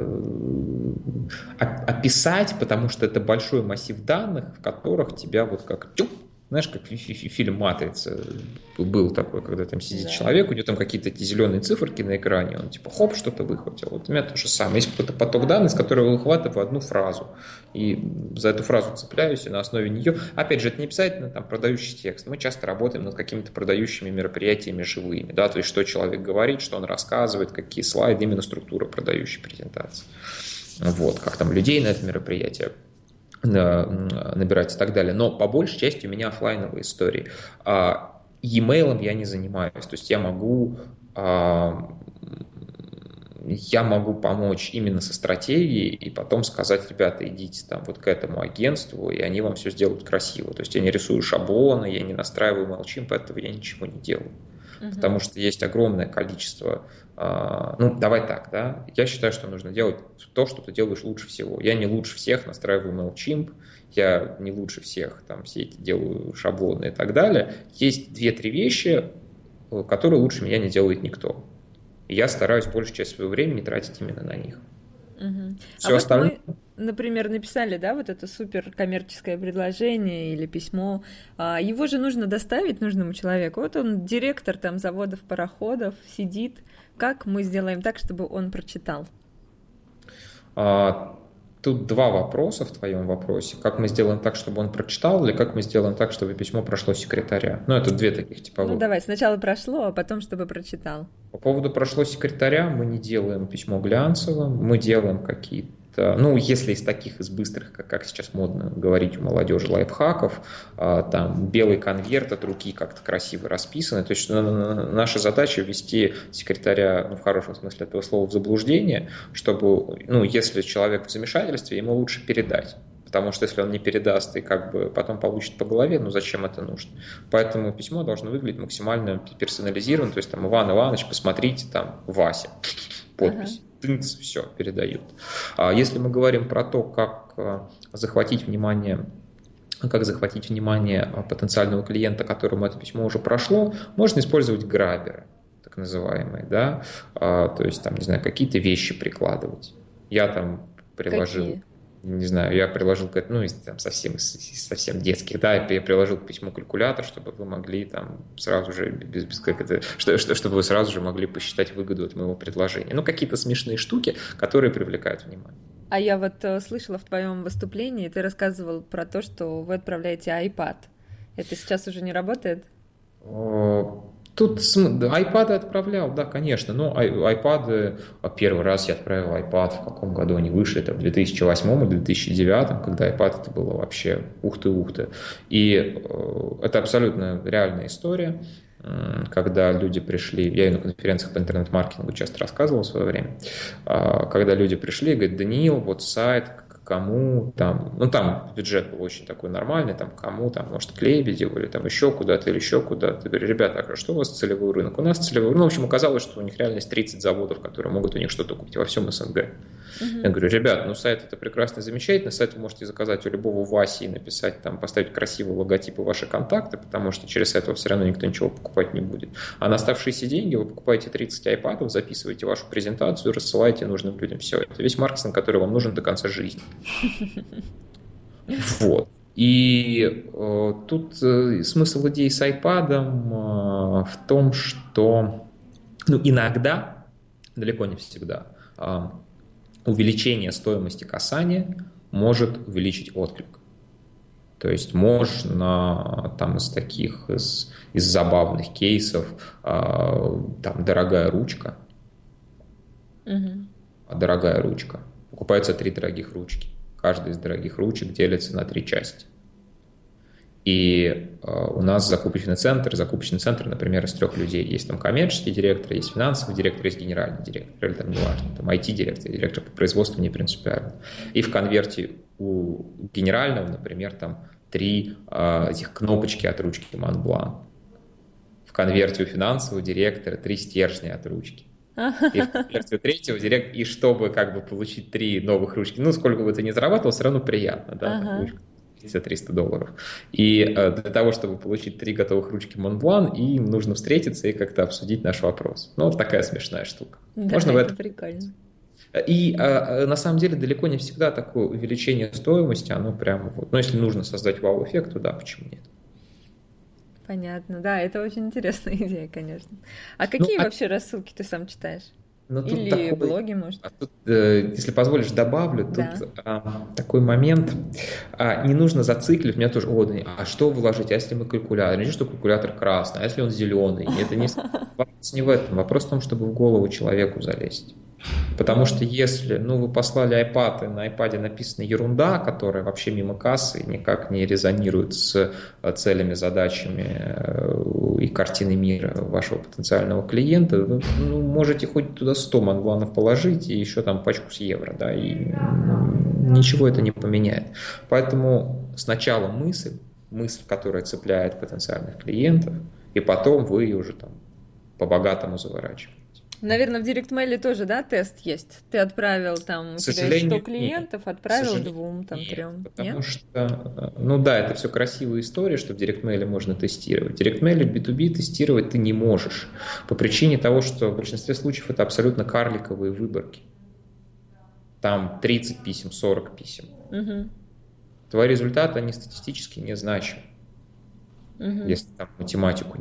описать, потому что это большой массив данных, в которых тебя вот как... Знаешь, как фильм «Матрица» был такой, когда там сидит человек, у него там какие-то эти зеленые циферки на экране, он типа хоп, что-то выхватил. Вот у меня то же самое. Есть какой-то поток данных, с которого я выхватываю одну фразу. И за эту фразу цепляюсь, и на основе нее... Опять же, это не обязательно там продающий текст. Мы часто работаем над какими-то продающими мероприятиями живыми. Да? То есть, что человек говорит, что он рассказывает, какие слайды, именно структура продающей презентации. Вот, как там людей на это мероприятие набирать и так далее. Но по большей части у меня офлайновые истории. E-mail я не занимаюсь. То есть я могу помочь именно со стратегией и потом сказать: ребята, идите там вот к этому агентству, и они вам все сделают красиво. То есть я не рисую шаблоны, я не настраиваю MailChimp, поэтому я ничего не делаю. Потому что есть огромное количество... давай так, да, я считаю, что нужно делать то, что ты делаешь лучше всего. Я не лучше всех настраиваю MailChimp, я не лучше всех там все эти делаю шаблоны и так далее. Есть 2-3 вещи, которые лучше меня не делает никто. И я стараюсь большую часть своего времени тратить именно на них. Все остальное... Мы, например, написали, да, вот это супер коммерческое предложение или письмо, его же нужно доставить нужному человеку. Вот он, директор там заводов, пароходов, сидит. Как мы сделаем так, чтобы он прочитал? Тут 2 вопроса в твоем вопросе. Как мы сделаем так, чтобы он прочитал, или как мы сделаем так, чтобы письмо прошло секретаря? Это 2 таких типовых. Давай, сначала прошло, а потом чтобы прочитал. По поводу прошло секретаря, мы не делаем письмо глянцевым, мы делаем какие-то, если из таких, из быстрых, как сейчас модно говорить у молодежи, лайфхаков, там белый конверт от руки как-то красиво расписанный. То есть наша задача ввести секретаря, в хорошем смысле этого слова, в заблуждение, чтобы, если человек в замешательстве, ему лучше передать. Потому что если он не передаст и как бы потом получит по голове, зачем это нужно? Поэтому письмо должно выглядеть максимально персонализированно. То есть там: Иван Иванович, посмотрите, там Вася, подпись. Тынц, все, передают. Если мы говорим про то, как захватить внимание потенциального клиента, которому это письмо уже прошло, можно использовать граберы, так называемые, да, то есть там, не знаю, какие-то вещи прикладывать. Я там приложил... Какие? Не знаю, я приложил там совсем детских, да, я приложил к письму калькулятор, чтобы вы могли там сразу же, чтобы вы сразу же могли посчитать выгоду от моего предложения. Какие-то смешные штуки, которые привлекают внимание. А я вот слышала в твоем выступлении, ты рассказывал про то, что вы отправляете iPad. Это сейчас уже не работает? Тут iPad отправлял, да, конечно, но iPad, первый раз я отправил iPad, в каком году они вышли, это в 2008 или 2009, когда iPad это было вообще ухты. И это абсолютно реальная история, когда люди пришли, я на конференциях по интернет-маркетингу часто рассказывал в свое время, когда люди пришли и говорят: Даниил, вот сайт, кому там, там бюджет был очень такой нормальный, там кому, там, может, к Лебедеву или там еще куда-то. Я говорю: ребята, а что у вас целевой рынок? У нас целевой рынок, в общем, оказалось, что у них реально есть 30 заводов, которые могут у них что-то купить во всем СНГ. Я говорю: ребят, сайт это прекрасно, замечательно, сайт вы можете заказать у любого Васи и написать, там, поставить красивый логотип и ваши контакты, потому что через это все равно никто ничего покупать не будет. А на оставшиеся деньги вы покупаете 30 iPad'ов, записываете вашу презентацию, рассылаете нужным людям. Все, это весь маркетинг, который вам нужен до конца жизни. Вот. И тут смысл идеи с iPad'ом в том, что иногда, далеко не всегда, увеличение стоимости касания может увеличить отклик. То есть можно там из забавных кейсов там дорогая ручка. Дорогая ручка. Покупаются 3 дорогих ручки. Каждая из дорогих ручек делится на 3 части. И у нас закупочный центр, например, из 3 людей. Есть там коммерческий директор, есть финансовый директор, есть генеральный директор, или там неважно, там IT-директор, директор по производству, не принципиально. И в конверте у генерального, например, там 3 этих кнопочки от ручки Montblanc. конверте у финансового директора 3 стержня от ручки. И в конверте у третьего директора, и чтобы как бы получить 3 новых ручки, ну, сколько бы ты ни зарабатывал, все равно приятно, да, там, ручка $300. И для того, чтобы получить 3 готовых ручки Монблан, им нужно встретиться и как-то обсудить наш вопрос. Ну, вот такая смешная штука. Да, можно это в этом... прикольно. И на самом деле далеко не всегда такое увеличение стоимости, оно прямо вот... Ну, если нужно создать вау-эффект, то да, почему нет? Понятно, да, это очень интересная идея, конечно. А какие вообще рассылки ты сам читаешь? Или такой, блоги, может? Тут, если позволишь, добавлю. Тут такой момент. Не нужно зацикливать. Меня тоже, а что вложить, а если мы калькулятор? Не что калькулятор красный, а если он зеленый? Это вопрос не в этом. Вопрос в том, чтобы в голову человеку залезть. Потому что если, вы послали iPad, и на iPad написана ерунда, которая вообще мимо кассы никак не резонирует с целями, задачами и картиной мира вашего потенциального клиента, вы можете хоть туда 100 монбланов положить и еще там пачку с евро, да, и ничего это не поменяет. Поэтому сначала мысль, которая цепляет потенциальных клиентов, и потом вы ее уже там по-богатому заворачиваете. Наверное, в директ-мейле тоже, да, тест есть? Ты отправил там, у тебя есть 100 клиентов, отправил 2, там, 3. Потому что, это все красивая история, что в директ-мейле можно тестировать. В директ-мейле B2B тестировать ты не можешь. По причине того, что в большинстве случаев это абсолютно карликовые выборки. Там 30 писем, 40 писем. Угу. Твои результаты, они статистически незначимы. Если математику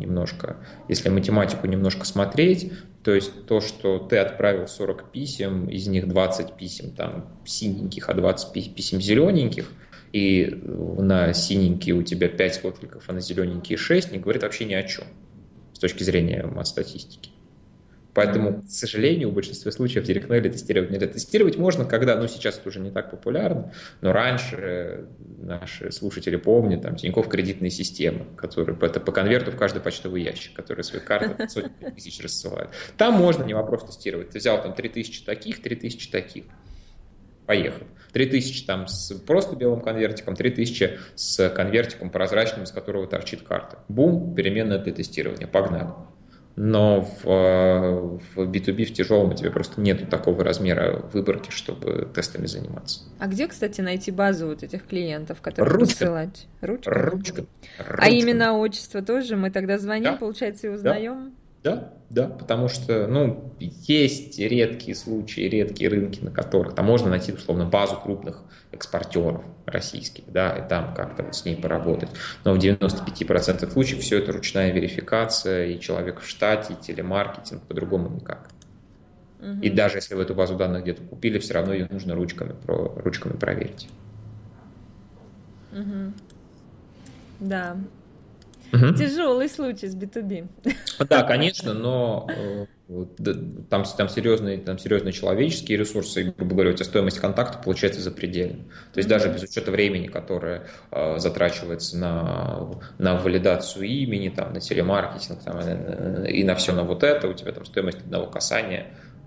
немножко смотреть, то есть то, что ты отправил 40 писем, из них 20 писем там синеньких, а 20 писем зелененьких, и на синенькие у тебя 5 откликов, а на зелененькие 6, не говорит вообще ни о чем с точки зрения статистики. Поэтому, к сожалению, в большинстве случаев директ-мейле тестировать нельзя. Тестировать можно, когда, сейчас это уже не так популярно, но раньше наши слушатели помнят, там, Тинькофф кредитные системы, которые это по конверту в каждый почтовый ящик, которые свои карты сотни тысяч рассылают. Там можно, не вопрос, тестировать. Ты взял там 3000 таких, 3000 таких. Поехал. 3000 там с просто белым конвертиком, 3000 с конвертиком прозрачным, из которого торчит карта. Бум, переменное для тестирования. Погнали. Но в B2B, в тяжелом, у тебя просто нету такого размера выборки, чтобы тестами заниматься. А где, кстати, найти базу вот этих клиентов, которые посылать? Ручка. А именно отчество тоже? Мы тогда звоним, получается, и узнаем? Да, потому что, есть редкие случаи, редкие рынки, на которых там можно найти, условно, базу крупных экспортеров российских, да, и там как-то с ней поработать. Но в 95% случаев все это ручная верификация, и человек в штате, и телемаркетинг, по-другому никак. И даже если вы эту базу данных где-то купили, все равно ее нужно ручками проверить. Да. Тяжелый случай с B2B. Да, конечно, но там серьезные человеческие ресурсы, и, грубо говоря, у тебя стоимость контакта получается запредельной. То есть даже без учета времени, которое затрачивается на валидацию имени, там, на телемаркетинг там, и на все на вот это, у тебя там стоимость одного касания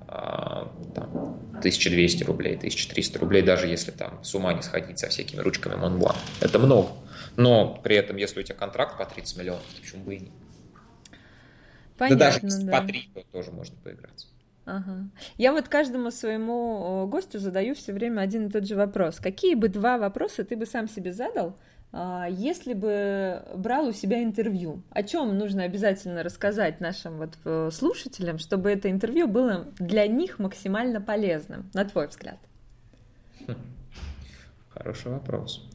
1200 рублей, 1300 рублей, даже если там с ума не сходить со всякими ручками Монблан. Это много. Но при этом, если у тебя контракт по 30 миллионов, то почему бы и нет? Понятно, даже если по 3, то тоже можно поиграться. Ага. Я вот каждому своему гостю задаю все время один и тот же вопрос. Какие бы 2 вопроса ты бы сам себе задал, если бы брал у себя интервью? О чем нужно обязательно рассказать нашим слушателям, чтобы это интервью было для них максимально полезным, на твой взгляд? Хороший вопрос.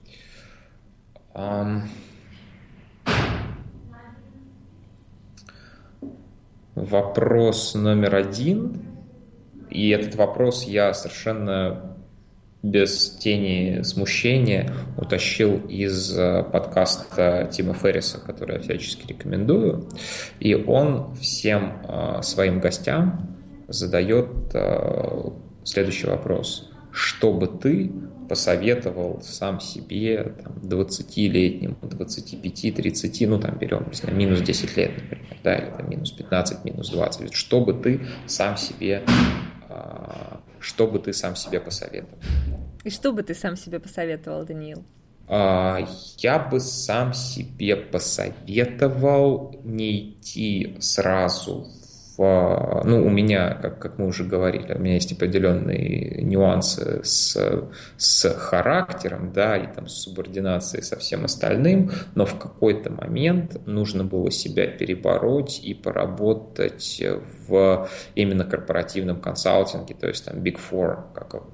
Вопрос номер 1, и этот вопрос я совершенно без тени смущения утащил из подкаста Тима Ферриса, который я всячески рекомендую, и он всем своим гостям задает следующий вопрос. Что бы ты посоветовал сам себе 20-летнему, 25, 30, берем, минус 10 лет, например, да, или минус 15, минус 20, что бы ты сам себе посоветовал? И что бы ты сам себе посоветовал, Даниил? Я бы сам себе посоветовал не идти сразу ну, у меня, как мы уже говорили, у меня есть определенные нюансы с характером, да, и там с субординацией со всем остальным, но в какой-то момент нужно было себя перебороть и поработать в именно корпоративном консалтинге, то есть там Big Four,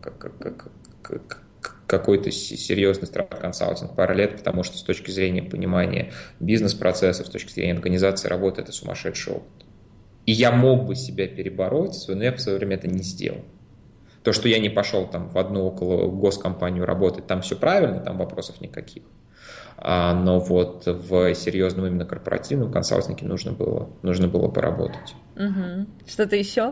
какой-то серьезный консалтинг пару лет, потому что с точки зрения понимания бизнес-процессов, с точки зрения организации работы, это сумасшедший опыт. И я мог бы себя перебороть, но я в свое время это не сделал. То, что я не пошел там в одну около госкомпанию работать, там все правильно, там вопросов никаких. Но вот в серьезном именно корпоративном консалтинге нужно было поработать. Угу. Что-то еще?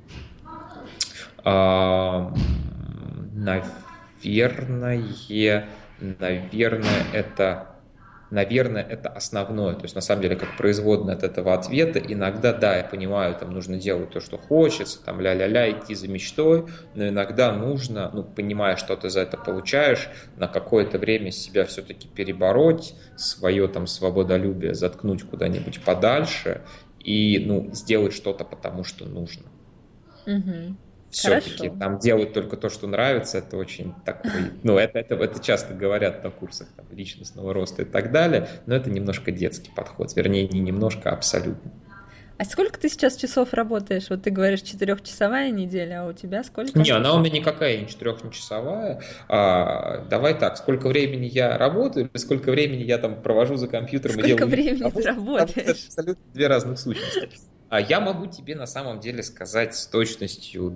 Наверное, это основное. То есть, на самом деле, как производное от этого ответа, иногда, да, я понимаю, там нужно делать то, что хочется, там ля-ля-ля, идти за мечтой, но иногда нужно, понимая, что ты за это получаешь, на какое-то время себя все-таки перебороть, свое там свободолюбие заткнуть куда-нибудь подальше и, сделать что-то потому, что нужно. Угу. Все-таки там делать только то, что нравится, это очень такой, это часто говорят на курсах там, личностного роста и так далее, но это немножко детский подход, вернее, не немножко, а абсолютно. А сколько ты сейчас часов работаешь? Вот ты говоришь, 4-часовая неделя, а у тебя сколько? Не, она у меня никакая не 4-часовая. Давай так, сколько времени я работаю, или сколько времени я там провожу за компьютером сколько и делаю... Сколько времени ты работаешь? Это абсолютно две разных сущности. Я могу тебе на самом деле сказать с точностью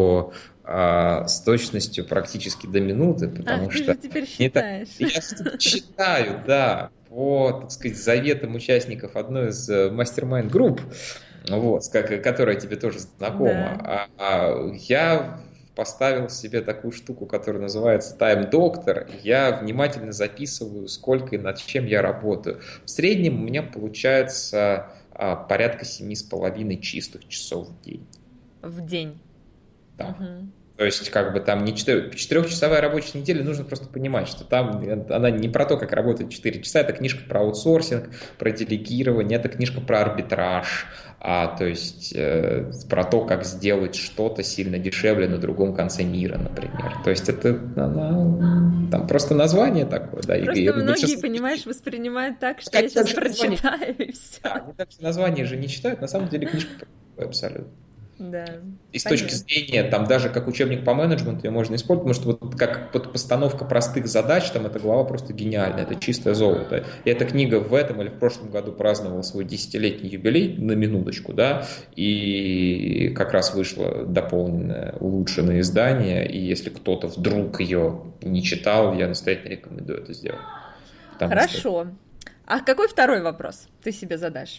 практически до минуты, потому ты что... же теперь считаешь. Я считаю, да, по, так сказать, заветам участников одной из мастер-майнд-групп, которая тебе тоже знакома. Да. Я поставил себе такую штуку, которая называется Time Doctor. Я внимательно записываю, сколько и над чем я работаю. В среднем у меня получается порядка 7,5 чистых часов в день. В день? Да. Угу. То есть, там не 4-часовая рабочая неделя, нужно просто понимать, что там она не про то, как работать 4 часа, это книжка про аутсорсинг, про делегирование, это книжка про арбитраж, то есть про то, как сделать что-то сильно дешевле на другом конце мира, например. То есть это там просто название такое. Да, просто многие, понимаешь, воспринимают так, что я сейчас прочитаю и все. Да, они так название же не читают, на самом деле книжка абсолютно. Да, и с точки зрения, там, даже как учебник по менеджменту ее можно использовать, потому что вот как постановка простых задач, там эта глава просто гениальная, это чистое золото. И эта книга в этом или в прошлом году праздновала свой 10-летний юбилей, на минуточку, да, и как раз вышло дополненное, улучшенное издание, и если кто-то вдруг ее не читал, я настоятельно рекомендую это сделать. Хорошо. А какой второй вопрос ты себе задашь?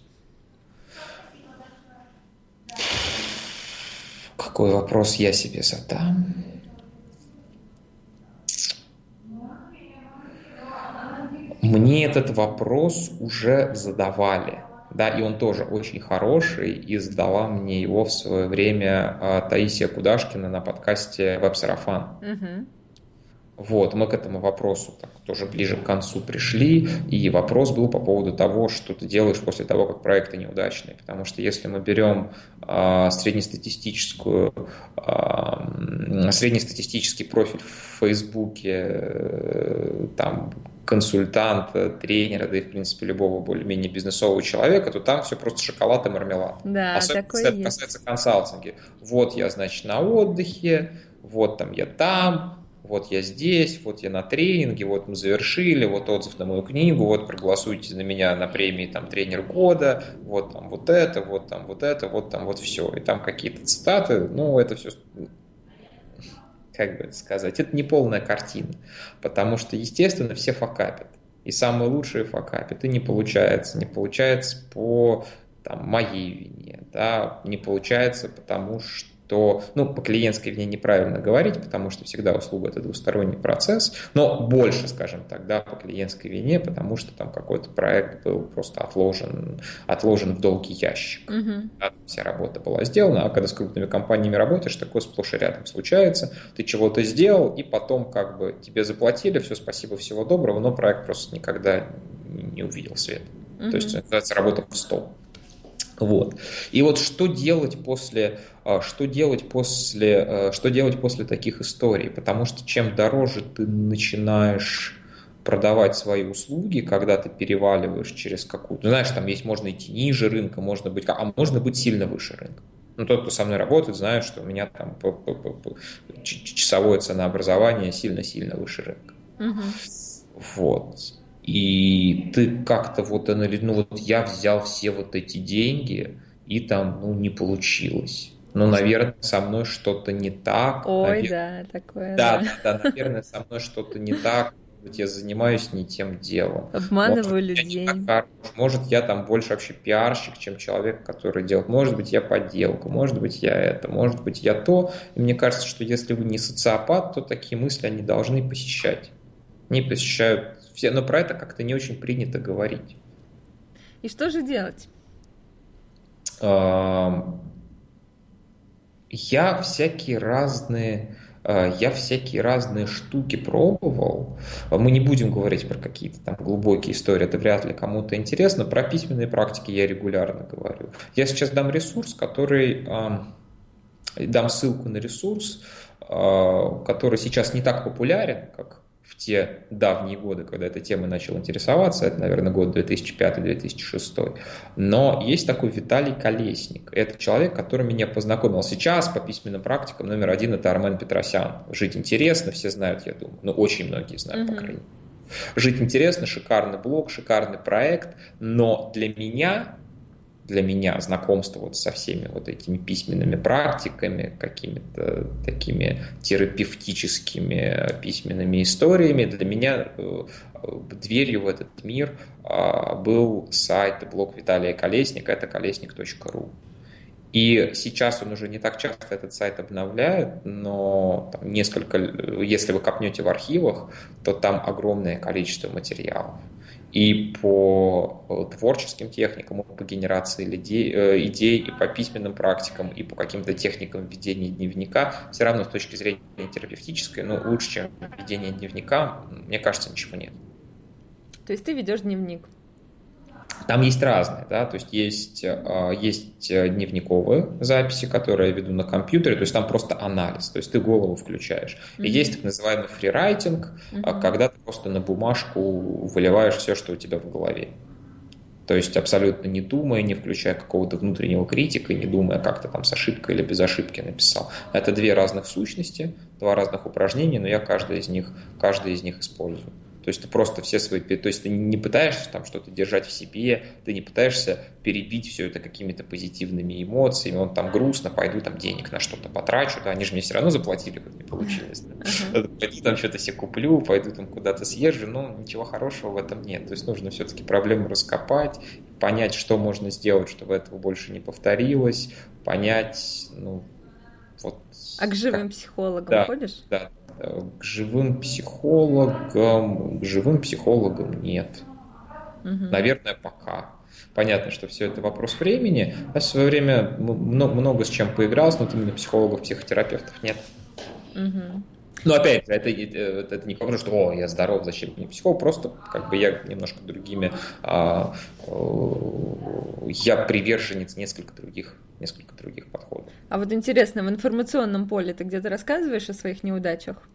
Какой вопрос я себе задам? Мне этот вопрос уже задавали, да, и он тоже очень хороший, и задала мне его в свое время Таисия Кудашкина на подкасте «Веб-сарафан». Угу. Вот, мы к этому вопросу тоже ближе к концу пришли, и вопрос был по поводу того, что ты делаешь после того, как проекты неудачные. Потому что если мы берем среднестатистический профиль в Фейсбуке, там, консультанта, тренера, да и, в принципе, любого более-менее бизнесового человека, то там все просто шоколад и мармелад. Да, особенно если это касается консалтинга. Вот я, значит, на отдыхе, вот там я там, вот я здесь, вот я на тренинге, вот мы завершили, вот отзыв на мою книгу, вот проголосуйте на меня на премии там тренер года, вот там вот это, вот там вот это, вот там вот все. И там какие-то цитаты, это все, как бы это сказать, это не полная картина, потому что, естественно, все факапят. И самые лучшие факапят, и не получается по моей вине, да, не получается, потому что то, по клиентской вине неправильно говорить, потому что всегда услуга – это двусторонний процесс, но больше, скажем так, да, по клиентской вине, потому что там какой-то проект был просто отложен в долгий ящик. Да, вся работа была сделана, а когда с крупными компаниями работаешь, такое сплошь и рядом случается. Ты чего-то сделал, и потом как бы тебе заплатили, все, спасибо, всего доброго, но проект просто никогда не увидел свет. То есть, это называется работа в стол. Вот. И вот что делать после таких историй? Потому что чем дороже ты начинаешь продавать свои услуги, когда ты переваливаешь через какую-то... Знаешь, там можно идти ниже рынка, можно быть сильно выше рынка. Тот, кто со мной работает, знает, что у меня там часовое ценообразование сильно-сильно выше рынка. Вот. И ты как-то я взял все вот эти деньги, и там, не получилось. Наверное, со мной что-то не так. Ой, да, такое. Да, наверное, со мной что-то не так. Я занимаюсь не тем делом. Обманываю людей. Может, я там больше вообще пиарщик, чем человек, который делает. Может быть, я подделка, может быть, я это, может быть, я то. И мне кажется, что если вы не социопат, то такие мысли, они должны посещать. Не посещают все, но про это как-то не очень принято говорить. И что же делать? Я всякие разные штуки пробовал. Мы не будем говорить про какие-то там глубокие истории, это вряд ли кому-то интересно. Про письменные практики я регулярно говорю. Я сейчас дам ссылку на ресурс, который сейчас не так популярен, как в те давние годы, когда этой темой начал интересоваться, это, наверное, год 2005-2006, но есть такой Виталий Колесник. Это человек, который меня познакомил. Сейчас по письменным практикам номер один – это Армен Петросян. «Жить интересно», все знают, я думаю, очень многие знают, по крайней мере. «Жить интересно», шикарный блог, шикарный проект, но для меня знакомство со всеми этими письменными практиками, какими-то такими терапевтическими письменными историями, для меня дверью в этот мир был сайт и блог Виталия Колесника, это колесник.ру. И сейчас он уже не так часто этот сайт обновляет, но если вы копнете в архивах, то там огромное количество материалов. И по творческим техникам, и по генерации идей, и по письменным практикам, и по каким-то техникам ведения дневника, все равно с точки зрения терапевтической, лучше, чем ведение дневника, мне кажется, ничего нет. То есть ты ведешь дневник? Там есть разные, да, то есть есть дневниковые записи, которые я веду на компьютере, то есть там просто анализ, то есть ты голову включаешь. И есть так называемый фрирайтинг, когда ты просто на бумажку выливаешь все, что у тебя в голове. То есть абсолютно не думая, не включая какого-то внутреннего критика, не думая, как ты там с ошибкой или без ошибки написал. Это две разных сущности, два разных упражнения, но я каждое из них использую. То есть ты просто все свои... То есть ты не пытаешься там что-то держать в себе, ты не пытаешься перебить все это какими-то позитивными эмоциями, он там грустно, пойду там денег на что-то потрачу, да, они же мне все равно заплатили, как не получилось. Да. Пойду там что-то себе куплю, пойду там куда-то съезжу, но ничего хорошего в этом нет. То есть нужно все-таки проблему раскопать, понять, что можно сделать, чтобы этого больше не повторилось, понять, А к живым психологам ходишь? Да. К живым психологам нет. Наверное, пока. Понятно, что все это вопрос времени. Я в свое время много с чем поигрался, но именно психологов, психотерапевтов нет. Но опять же, это не потому, что я здоров, зачем мне психолог, просто я немножко другими, я приверженец несколько других подходов. А вот интересно, в информационном поле ты где-то рассказываешь о своих неудачах?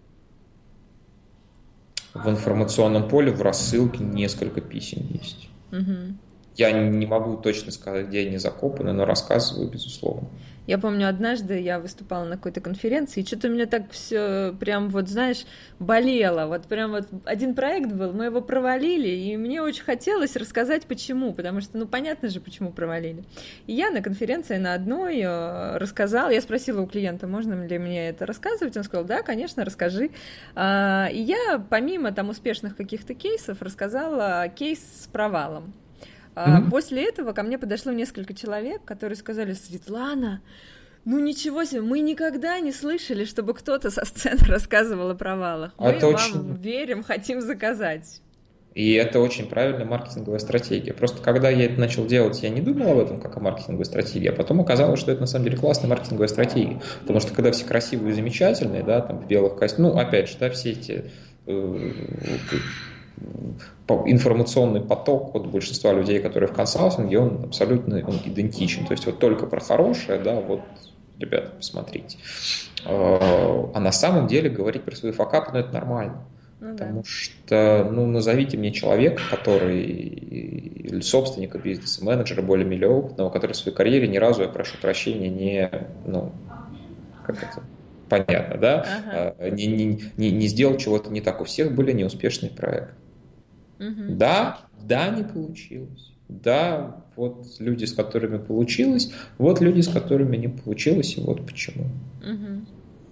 В информационном поле в рассылке несколько писем есть. Я не могу точно сказать, где они закопаны, но рассказываю, безусловно. Я помню, однажды я выступала на какой-то конференции, и что-то у меня так все прям болело. Прям один проект был, мы его провалили, и мне очень хотелось рассказать, почему, потому что, понятно же, почему провалили. И я на конференции на одной рассказала, я спросила у клиента, можно ли мне это рассказывать, он сказал, да, конечно, расскажи. И я, помимо там успешных каких-то кейсов, рассказала кейс с провалом. После этого ко мне подошло несколько человек, которые сказали: Светлана, Ну ничего себе, мы никогда не слышали, чтобы кто-то со сцены рассказывал о провалах. Мы Это вам очень... верим, хотим заказать. И это очень правильная маркетинговая стратегия. Просто когда я это начал делать, я не думал об этом как о маркетинговой стратегии, а потом оказалось, что это на самом деле классная маркетинговая стратегия. Потому что когда все красивые и замечательные, да, там в белых костюмах, ну, опять же, да, все эти информационный поток от большинства людей, которые в консалтинге, он абсолютно идентичен. То есть вот только про хорошее, да, вот, ребята, посмотрите. А на самом деле говорить про свои факапы, ну, это нормально. Ну, Потому что, ну, назовите мне человека, который, или собственника бизнеса, менеджера более-менее опытного, который в своей карьере ни разу, я прошу прощения, не, ну, как это, понятно, да, ага. не сделал чего-то не так. У всех были неуспешные проекты. Угу. Да, не получилось. Да, вот люди, с которыми получилось, вот люди, с которыми не получилось, и вот почему. Угу.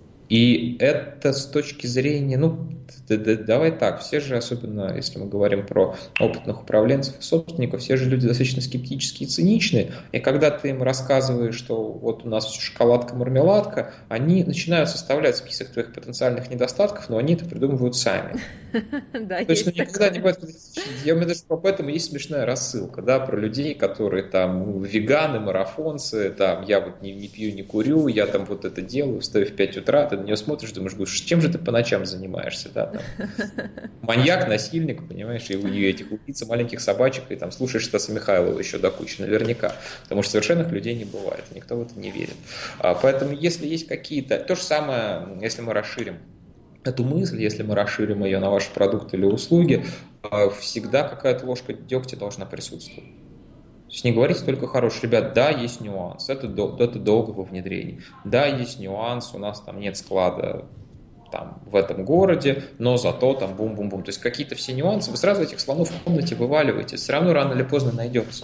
И это с точки зрения, ну, давай так, все же, особенно если мы говорим про опытных управленцев и собственников, все же люди достаточно скептические и циничные, и когда ты им рассказываешь, что вот у нас все шоколадка-мармеладка, они начинают составлять список твоих потенциальных недостатков, но они это придумывают сами. Да, То есть, ну, есть никогда не такое. бывает. У меня даже об этом есть смешная рассылка, да, про людей, которые там веганы, марафонцы, там, я вот не пью, не курю, я там вот это делаю, встаю в 5 утра, ты на нее смотришь, думаешь, чем же ты по ночам занимаешься, да, там, маньяк, насильник, понимаешь, и у этих убийца маленьких собачек, и там слушаешь Стаса Михайлова еще до кучи, наверняка, потому что совершенных людей не бывает, никто в это не верит. Поэтому, если есть какие-то, то же самое, если мы расширим эту мысль, если мы расширим ее на ваши продукты или услуги, всегда какая-то ложка дегтя должна присутствовать. То есть не говорите только хороший, ребят, да, есть нюанс, это долго во внедрении, да, есть нюанс, у нас там нет склада там, в этом городе, но зато там бум-бум-бум. То есть какие-то все нюансы, вы сразу этих слонов в комнате вываливаете, все равно рано или поздно найдется.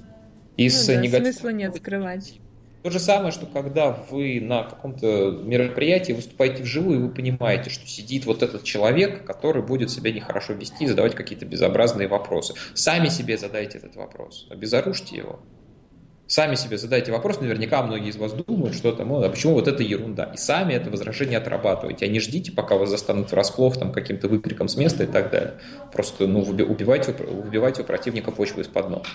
И Ну с да, негативом... смысла нет скрывать. То же самое, что когда вы на каком-то мероприятии выступаете вживую, и вы понимаете, что сидит вот этот человек, который будет себя нехорошо вести и задавать какие-то безобразные вопросы. Сами себе задайте этот вопрос, обезоружьте его. Сами себе задайте вопрос, наверняка многие из вас думают, что там, а почему вот это ерунда. И сами это возражение отрабатывайте, а не ждите, пока вас застанут врасплох там, каким-то выкриком с места и так далее. Просто убивайте у противника почву из-под ног.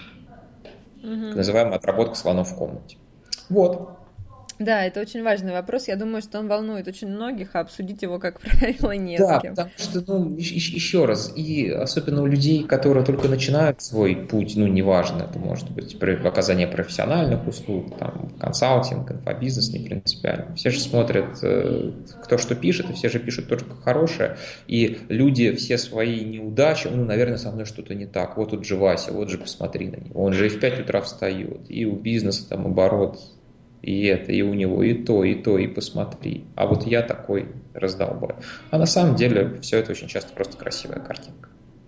Так называемая отработка слонов в комнате. Вот. Да, это очень важный вопрос. Я думаю, что он волнует очень многих, а обсудить его, как правило, не с Да, кем. потому что, ну, еще раз, и особенно у людей, которые только начинают свой путь, ну, неважно, это может быть оказание профессиональных услуг, там, консалтинг, инфобизнес, не принципиально. Все же смотрят, кто что пишет, и все же пишут только хорошее, и люди все свои неудачи, ну, наверное, со мной что-то не так, вот тут же Вася, вот же посмотри на него, он же и в 5 утра встает, и у бизнеса там оборот, и это, и у него, и то, и посмотри. А вот я такой раздолбай. А на самом деле все это очень часто просто красивая картинка.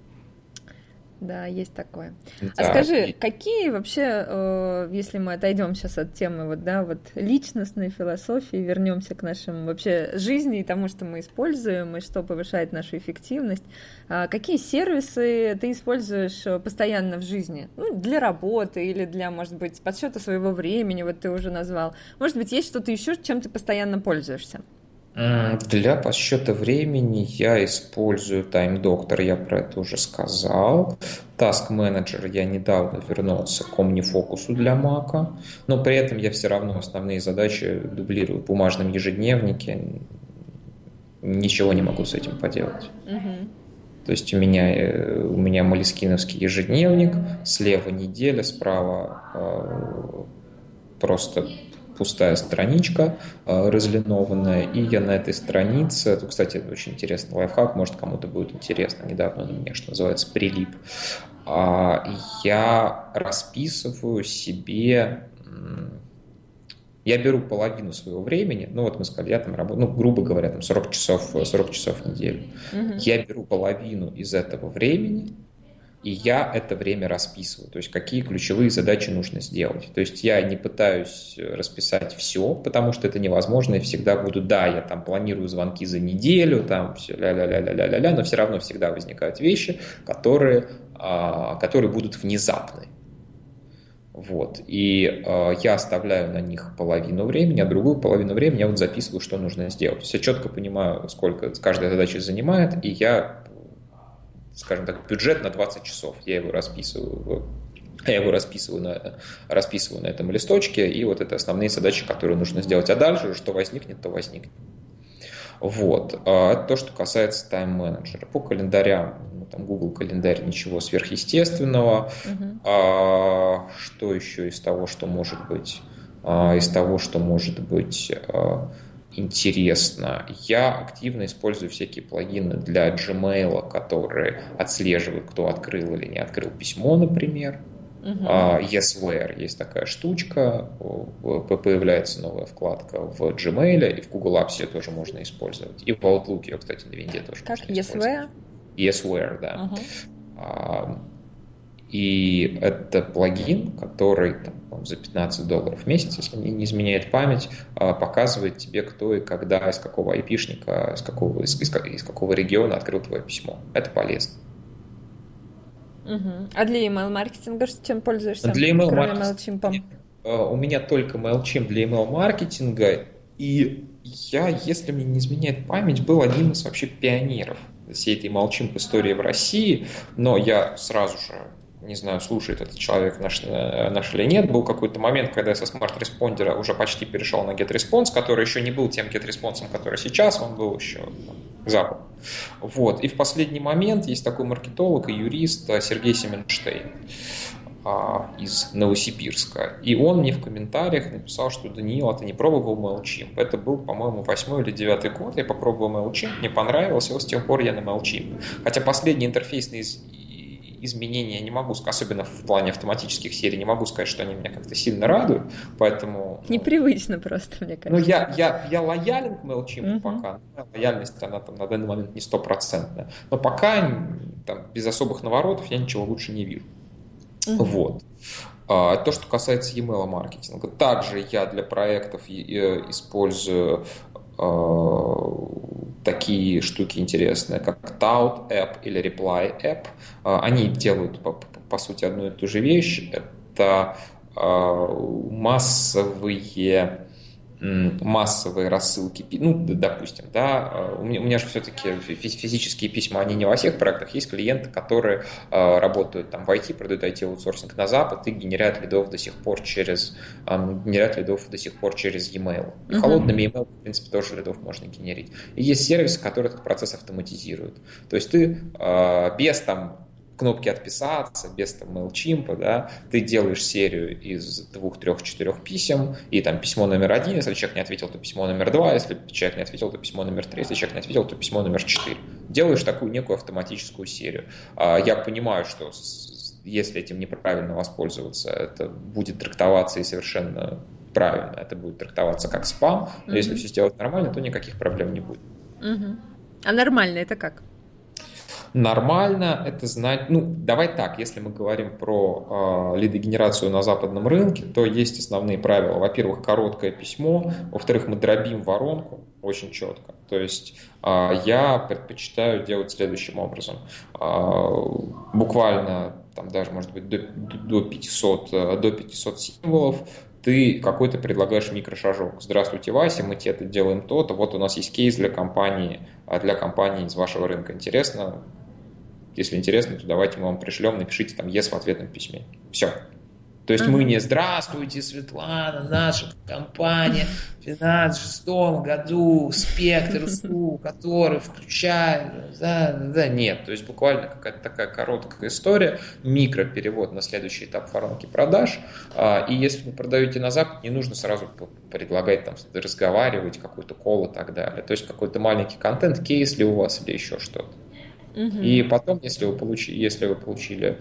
Да, есть такое. Да. А скажи, какие вообще, если мы отойдем сейчас от темы вот, да, вот личностной философии, вернемся к нашим вообще жизни и тому, что мы используем, и что повышает нашу эффективность, какие сервисы ты используешь постоянно в жизни? Ну, для работы или для, может быть, подсчета своего времени, вот ты уже назвал. Может быть, есть что-то еще, чем ты постоянно пользуешься? Для подсчета времени я использую Time Doctor, я про это уже сказал. Task Manager я недавно вернулся к OmniFocus для Mac, но при этом я все равно основные задачи дублирую в бумажном ежедневнике. Ничего не могу с этим поделать. То есть у меня молескиновский ежедневник, слева неделя, справа просто пустая страничка разлинованная, и я на этой странице, это, кстати, очень интересный лайфхак, может, кому-то будет интересно, недавно он у меня, что называется, прилип, я расписываю себе, я беру половину своего времени, ну вот мы сказали, я там работаю, ну, грубо говоря, там 40 часов в неделю, я беру половину из этого времени, и я это время расписываю, то есть какие ключевые задачи нужно сделать. То есть я не пытаюсь расписать все, потому что это невозможно, и всегда буду, да, я там планирую звонки за неделю, там все ля-ля-ля-ля-ля-ля, но все равно всегда возникают вещи, которые будут внезапны. Вот. И я оставляю на них половину времени, а другую половину времени я вот записываю, что нужно сделать. То есть я четко понимаю, сколько каждая задача занимает, и я, скажем так, бюджет на 20 часов. Я его расписываю на этом листочке, и вот это основные задачи, которые нужно сделать. А дальше, что возникнет, то возникнет. Вот. Это то, что касается тайм-менеджера. По календарям, там Google календарь, ничего сверхъестественного. Что еще из того, что может быть? Интересно. Я активно использую всякие плагины для Gmail, которые отслеживают, кто открыл или не открыл письмо, например. Yesware есть такая штучка, появляется новая вкладка в Gmail, и в Google Apps ее тоже можно использовать. И в Outlook ее, кстати, на винде тоже как можно использовать. Yesware? Yesware, да. И это плагин, который там, за $15 в месяц, если не изменяет память, показывает тебе, кто и когда, из какого айпишника, из какого региона открыл твое письмо. Это полезно. А для email-маркетинга чем пользуешься? Для email-маркетинга у меня только MailChimp для email-маркетинга, и я, если мне не изменяет память, был одним из вообще пионеров всей этой MailChimp истории в России, но я сразу же, не знаю, слушает этот человек наш или нет, был какой-то момент, когда я со смарт-респондера уже почти перешел на GetResponse, который еще не был тем GetResponse, который сейчас, он был еще запад. Вот. И в последний момент есть такой маркетолог и юрист Сергей Семенштейн из Новосибирска. И он мне в комментариях написал, что Даниил, ты не пробовал MailChimp. Это был, по-моему, 8 или 9 год. Я попробовал MailChimp, мне понравился, и вот с тех пор я на MailChimp. Хотя последние интерфейсные изменения не могу сказать, особенно в плане автоматических серий, не могу сказать, что они меня как-то сильно радуют, поэтому... Непривычно просто, мне кажется. Ну, я лоялен к MailChimp пока, лояльность, она там на данный момент не 100%, но пока там, без особых наворотов я ничего лучше не вижу. Вот. То, что касается email маркетинга, также я для проектов использую такие штуки интересные, как Tout App или Reply App. Они делают, по сути, одну и ту же вещь. Это массовые рассылки. Ну, допустим, да, у меня же все-таки физические письма, они не во всех проектах. Есть клиенты, которые работают там в IT, продают IT-аутсорсинг на Запад и генерят лидов до сих пор через e-mail. И холодными e-mail, в принципе, тоже лидов можно генерить. И есть сервисы, которые этот процесс автоматизируют. То есть ты без там кнопки «Отписаться», без там MailChimp, да, ты делаешь серию из 2, 3, 4 писем, и там письмо номер 1, если человек не ответил, то письмо номер 2, если человек не ответил, то письмо номер 3, если человек не ответил, то письмо номер 4. Делаешь такую некую автоматическую серию. Я понимаю, что если этим неправильно воспользоваться, это будет трактоваться и совершенно правильно, это будет трактоваться как спам, но если все сделать нормально, то никаких проблем не будет. А нормально это как? Нормально это знать, давай так, если мы говорим про лидогенерацию на западном рынке, то есть основные правила. Во-первых, короткое письмо, во-вторых, мы дробим воронку очень четко. То есть я предпочитаю делать следующим образом. Буквально, там даже, может быть, до 500 символов, ты какой-то предлагаешь микрошажок. Здравствуйте, Вася, мы тебе это делаем то-то, вот у нас есть кейс для компании из вашего рынка. Интересно? Если интересно, то давайте мы вам пришлем, напишите там «Yes» в ответном письме. Все. То есть мы не «Здравствуйте, Светлана, наша компания в 2016 году, спектр услуг, который включает...» Нет. То есть буквально какая-то такая короткая история, микроперевод на следующий этап воронки продаж. И если вы продаете на Запад, не нужно сразу предлагать там разговаривать, какой-то колл и так далее. То есть какой-то маленький контент, кейс ли у вас или еще что-то. И потом, если вы получили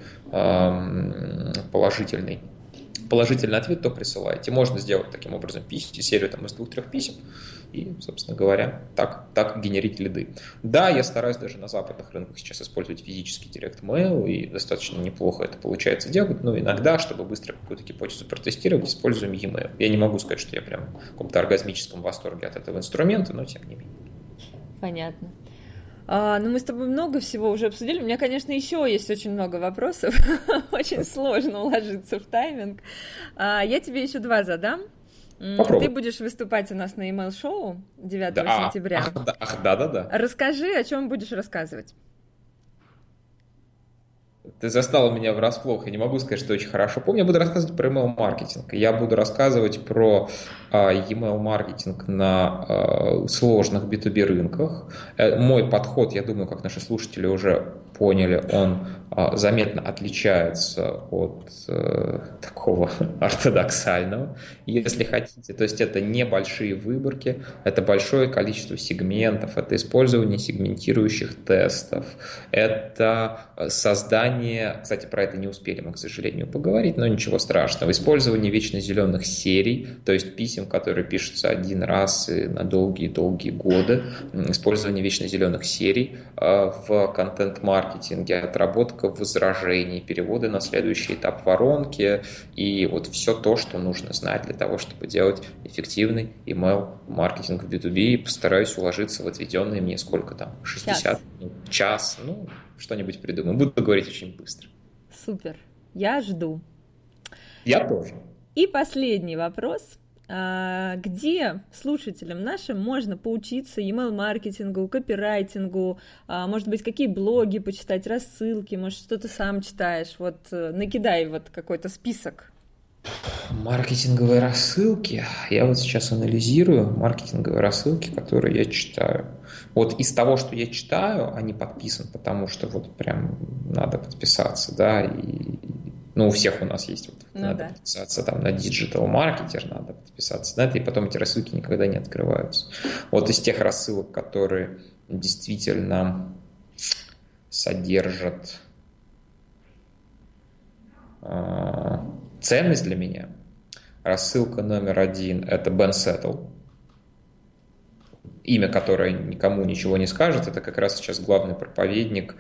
положительный ответ, то присылайте. Можно сделать таким образом серию там, из 2-3 писем и, собственно говоря, так генерить лиды. Да, я стараюсь даже на западных рынках сейчас использовать физический директ-мейл, и достаточно неплохо это получается делать, но иногда, чтобы быстро какую-то гипотезу протестировать, используем e-mail. Я не могу сказать, что я прям в каком-то оргазмическом восторге от этого инструмента, но тем не менее. Понятно. Ну, мы с тобой много всего уже обсудили. У меня, конечно, еще есть очень много вопросов. Очень сложно уложиться в тайминг. Я тебе еще два задам. Попробуй. Ты будешь выступать у нас на email-шоу 9 Да, сентября. да. Расскажи, о чем будешь рассказывать. Ты застала меня врасплох, я не могу сказать, что очень хорошо помню. Я буду рассказывать про email-маркетинг. Я буду рассказывать про email-маркетинг на сложных B2B рынках. Мой подход, я думаю, как наши слушатели уже поняли, он заметно отличается от такого ортодоксального, если хотите. То есть это небольшие выборки, это большое количество сегментов, это использование сегментирующих тестов, это создание, кстати, про это не успели мы, к сожалению, поговорить, но ничего страшного, использование вечно зеленых серий, то есть писем, которые пишутся один раз и на долгие-долгие годы, использование вечно зеленых серий в контент-маркетинге, отработка возражений, переводы на следующий этап воронки и вот все то, что нужно знать для того, чтобы делать эффективный email-маркетинг в B2B. Постараюсь уложиться в отведенные мне сколько там, 60 минут, час, что-нибудь придумаю. Буду говорить очень быстро. Супер, я жду. Я тоже. И последний вопрос. Где слушателям нашим можно поучиться email-маркетингу, копирайтингу, может быть, какие блоги почитать, рассылки, может, что-то сам читаешь, вот накидай вот какой-то список. Маркетинговые рассылки. Я вот сейчас анализирую маркетинговые рассылки, которые я читаю. Вот из того, что я читаю, они подписаны, потому что вот прям надо подписаться, да, и у всех у нас есть, надо подписаться там на Digital Marketer, надо подписаться на это, и потом эти рассылки никогда не открываются. Вот из тех рассылок, которые действительно содержат ценность для меня, рассылка номер 1 – это Ben Settle. Имя, которое никому ничего не скажет, это как раз сейчас главный проповедник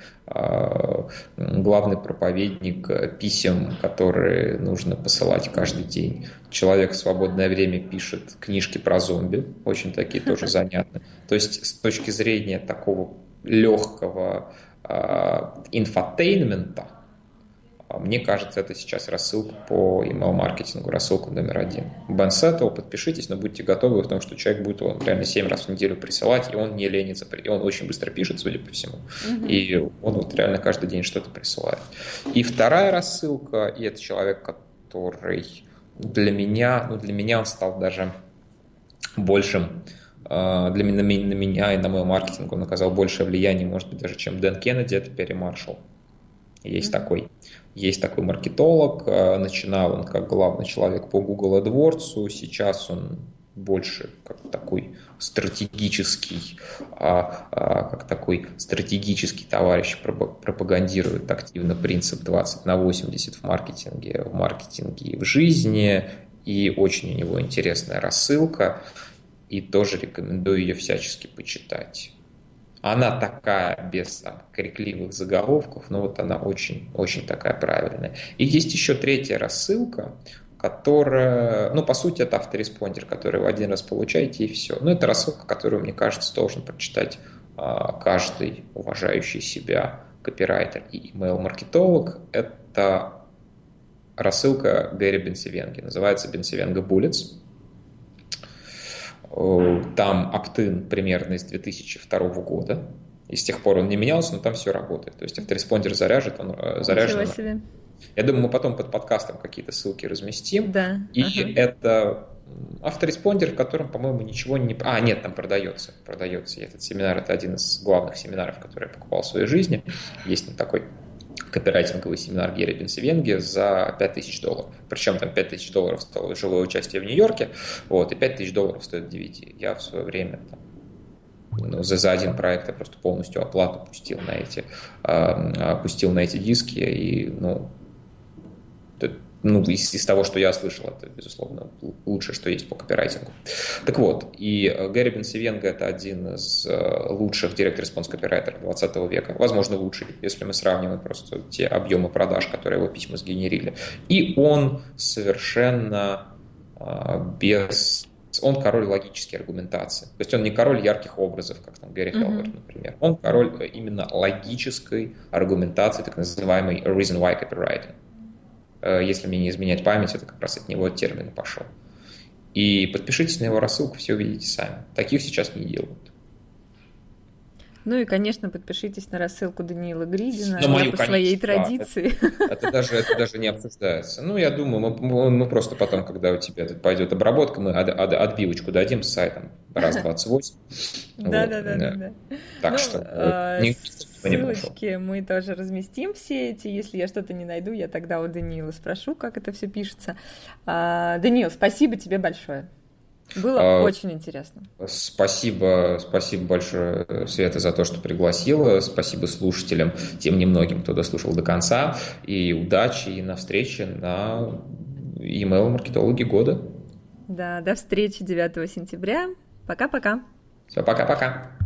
писем, которые нужно посылать каждый день. Человек в свободное время пишет книжки про зомби, очень такие тоже занятные. То есть с точки зрения такого легкого инфотейнмента, мне кажется, это сейчас рассылка по email-маркетингу, рассылка номер 1. Ben Settle, подпишитесь, но будьте готовы в том, что человек будет вам реально 7 раз в неделю присылать, и он не ленится, и он очень быстро пишет, судя по всему, и он вот реально каждый день что-то присылает. И вторая рассылка, и это человек, который для меня он стал даже большим, на меня и на мой маркетинг он оказал большее влияние, может быть, даже, чем Дэн Кеннеди, это Перри Маршалл. Есть такой маркетолог, начинал он как главный человек по Google AdWords, сейчас он больше как такой стратегический товарищ, пропагандирует активно принцип 20/80 в маркетинге и в жизни, и очень у него интересная рассылка, и тоже рекомендую ее всячески почитать. Она такая, без крикливых заголовков, но вот она очень такая правильная. И есть еще третья рассылка, которая, по сути, это автореспондер, который вы один раз получаете, и все. Но это рассылка, которую, мне кажется, должен прочитать каждый уважающий себя копирайтер и email-маркетолог. Это рассылка Гэри Бенсивенги, называется Бенсивенга Bullets. Там opt-in примерно из 2002 года. И с тех пор он не менялся, но там все работает. То есть автореспондер заряжен. Я думаю, мы потом под подкастом какие-то ссылки разместим. Да. И это автореспондер, в котором, по-моему, ничего не... нет, там продается. И этот семинар – это один из главных семинаров, который я покупал в своей жизни. Есть там такой копирайтинговый семинар Гэри Бенсивенги за $5000. Причем там $5000 стоило живое участие в Нью-Йорке, и $5000 стоит DVD. Я в свое время за один проект я просто полностью оплату пустил на эти диски, и из того, что я слышал, это, безусловно, лучшее, что есть по копирайтингу. Так вот, и Гэри Бенсивенга – это один из лучших директ-респонс-копирайтеров 20 века, возможно, лучший, если мы сравниваем просто те объемы продаж, которые его письма сгенерили. И он совершенно без Он король логической аргументации. То есть он не король ярких образов, как там Гэри Хелберт, например. Он король именно логической аргументации, так называемый reason why copywriting. Если мне не изменять память, это как раз от него термин пошел. И подпишитесь на его рассылку, все увидите сами. Таких сейчас не делают. Ну и, конечно, подпишитесь на рассылку Даниила Гридина. Но мою, по своей конечно, традиции. Это даже не обсуждается. Ну, я думаю, мы просто потом, когда у тебя тут пойдет обработка, мы отбивочку дадим с сайтом раз-28. Да. Так что ссылочки мы тоже разместим все эти. Если я что-то не найду, я тогда у Даниила спрошу, как это все пишется. Даниил, спасибо тебе большое. Было очень интересно. Спасибо большое, Света, за то, что пригласила. Спасибо слушателям, тем немногим, кто дослушал до конца. И удачи, и на встрече на email-маркетологи года. Да, до встречи 9 сентября. Пока-пока. Все, пока-пока.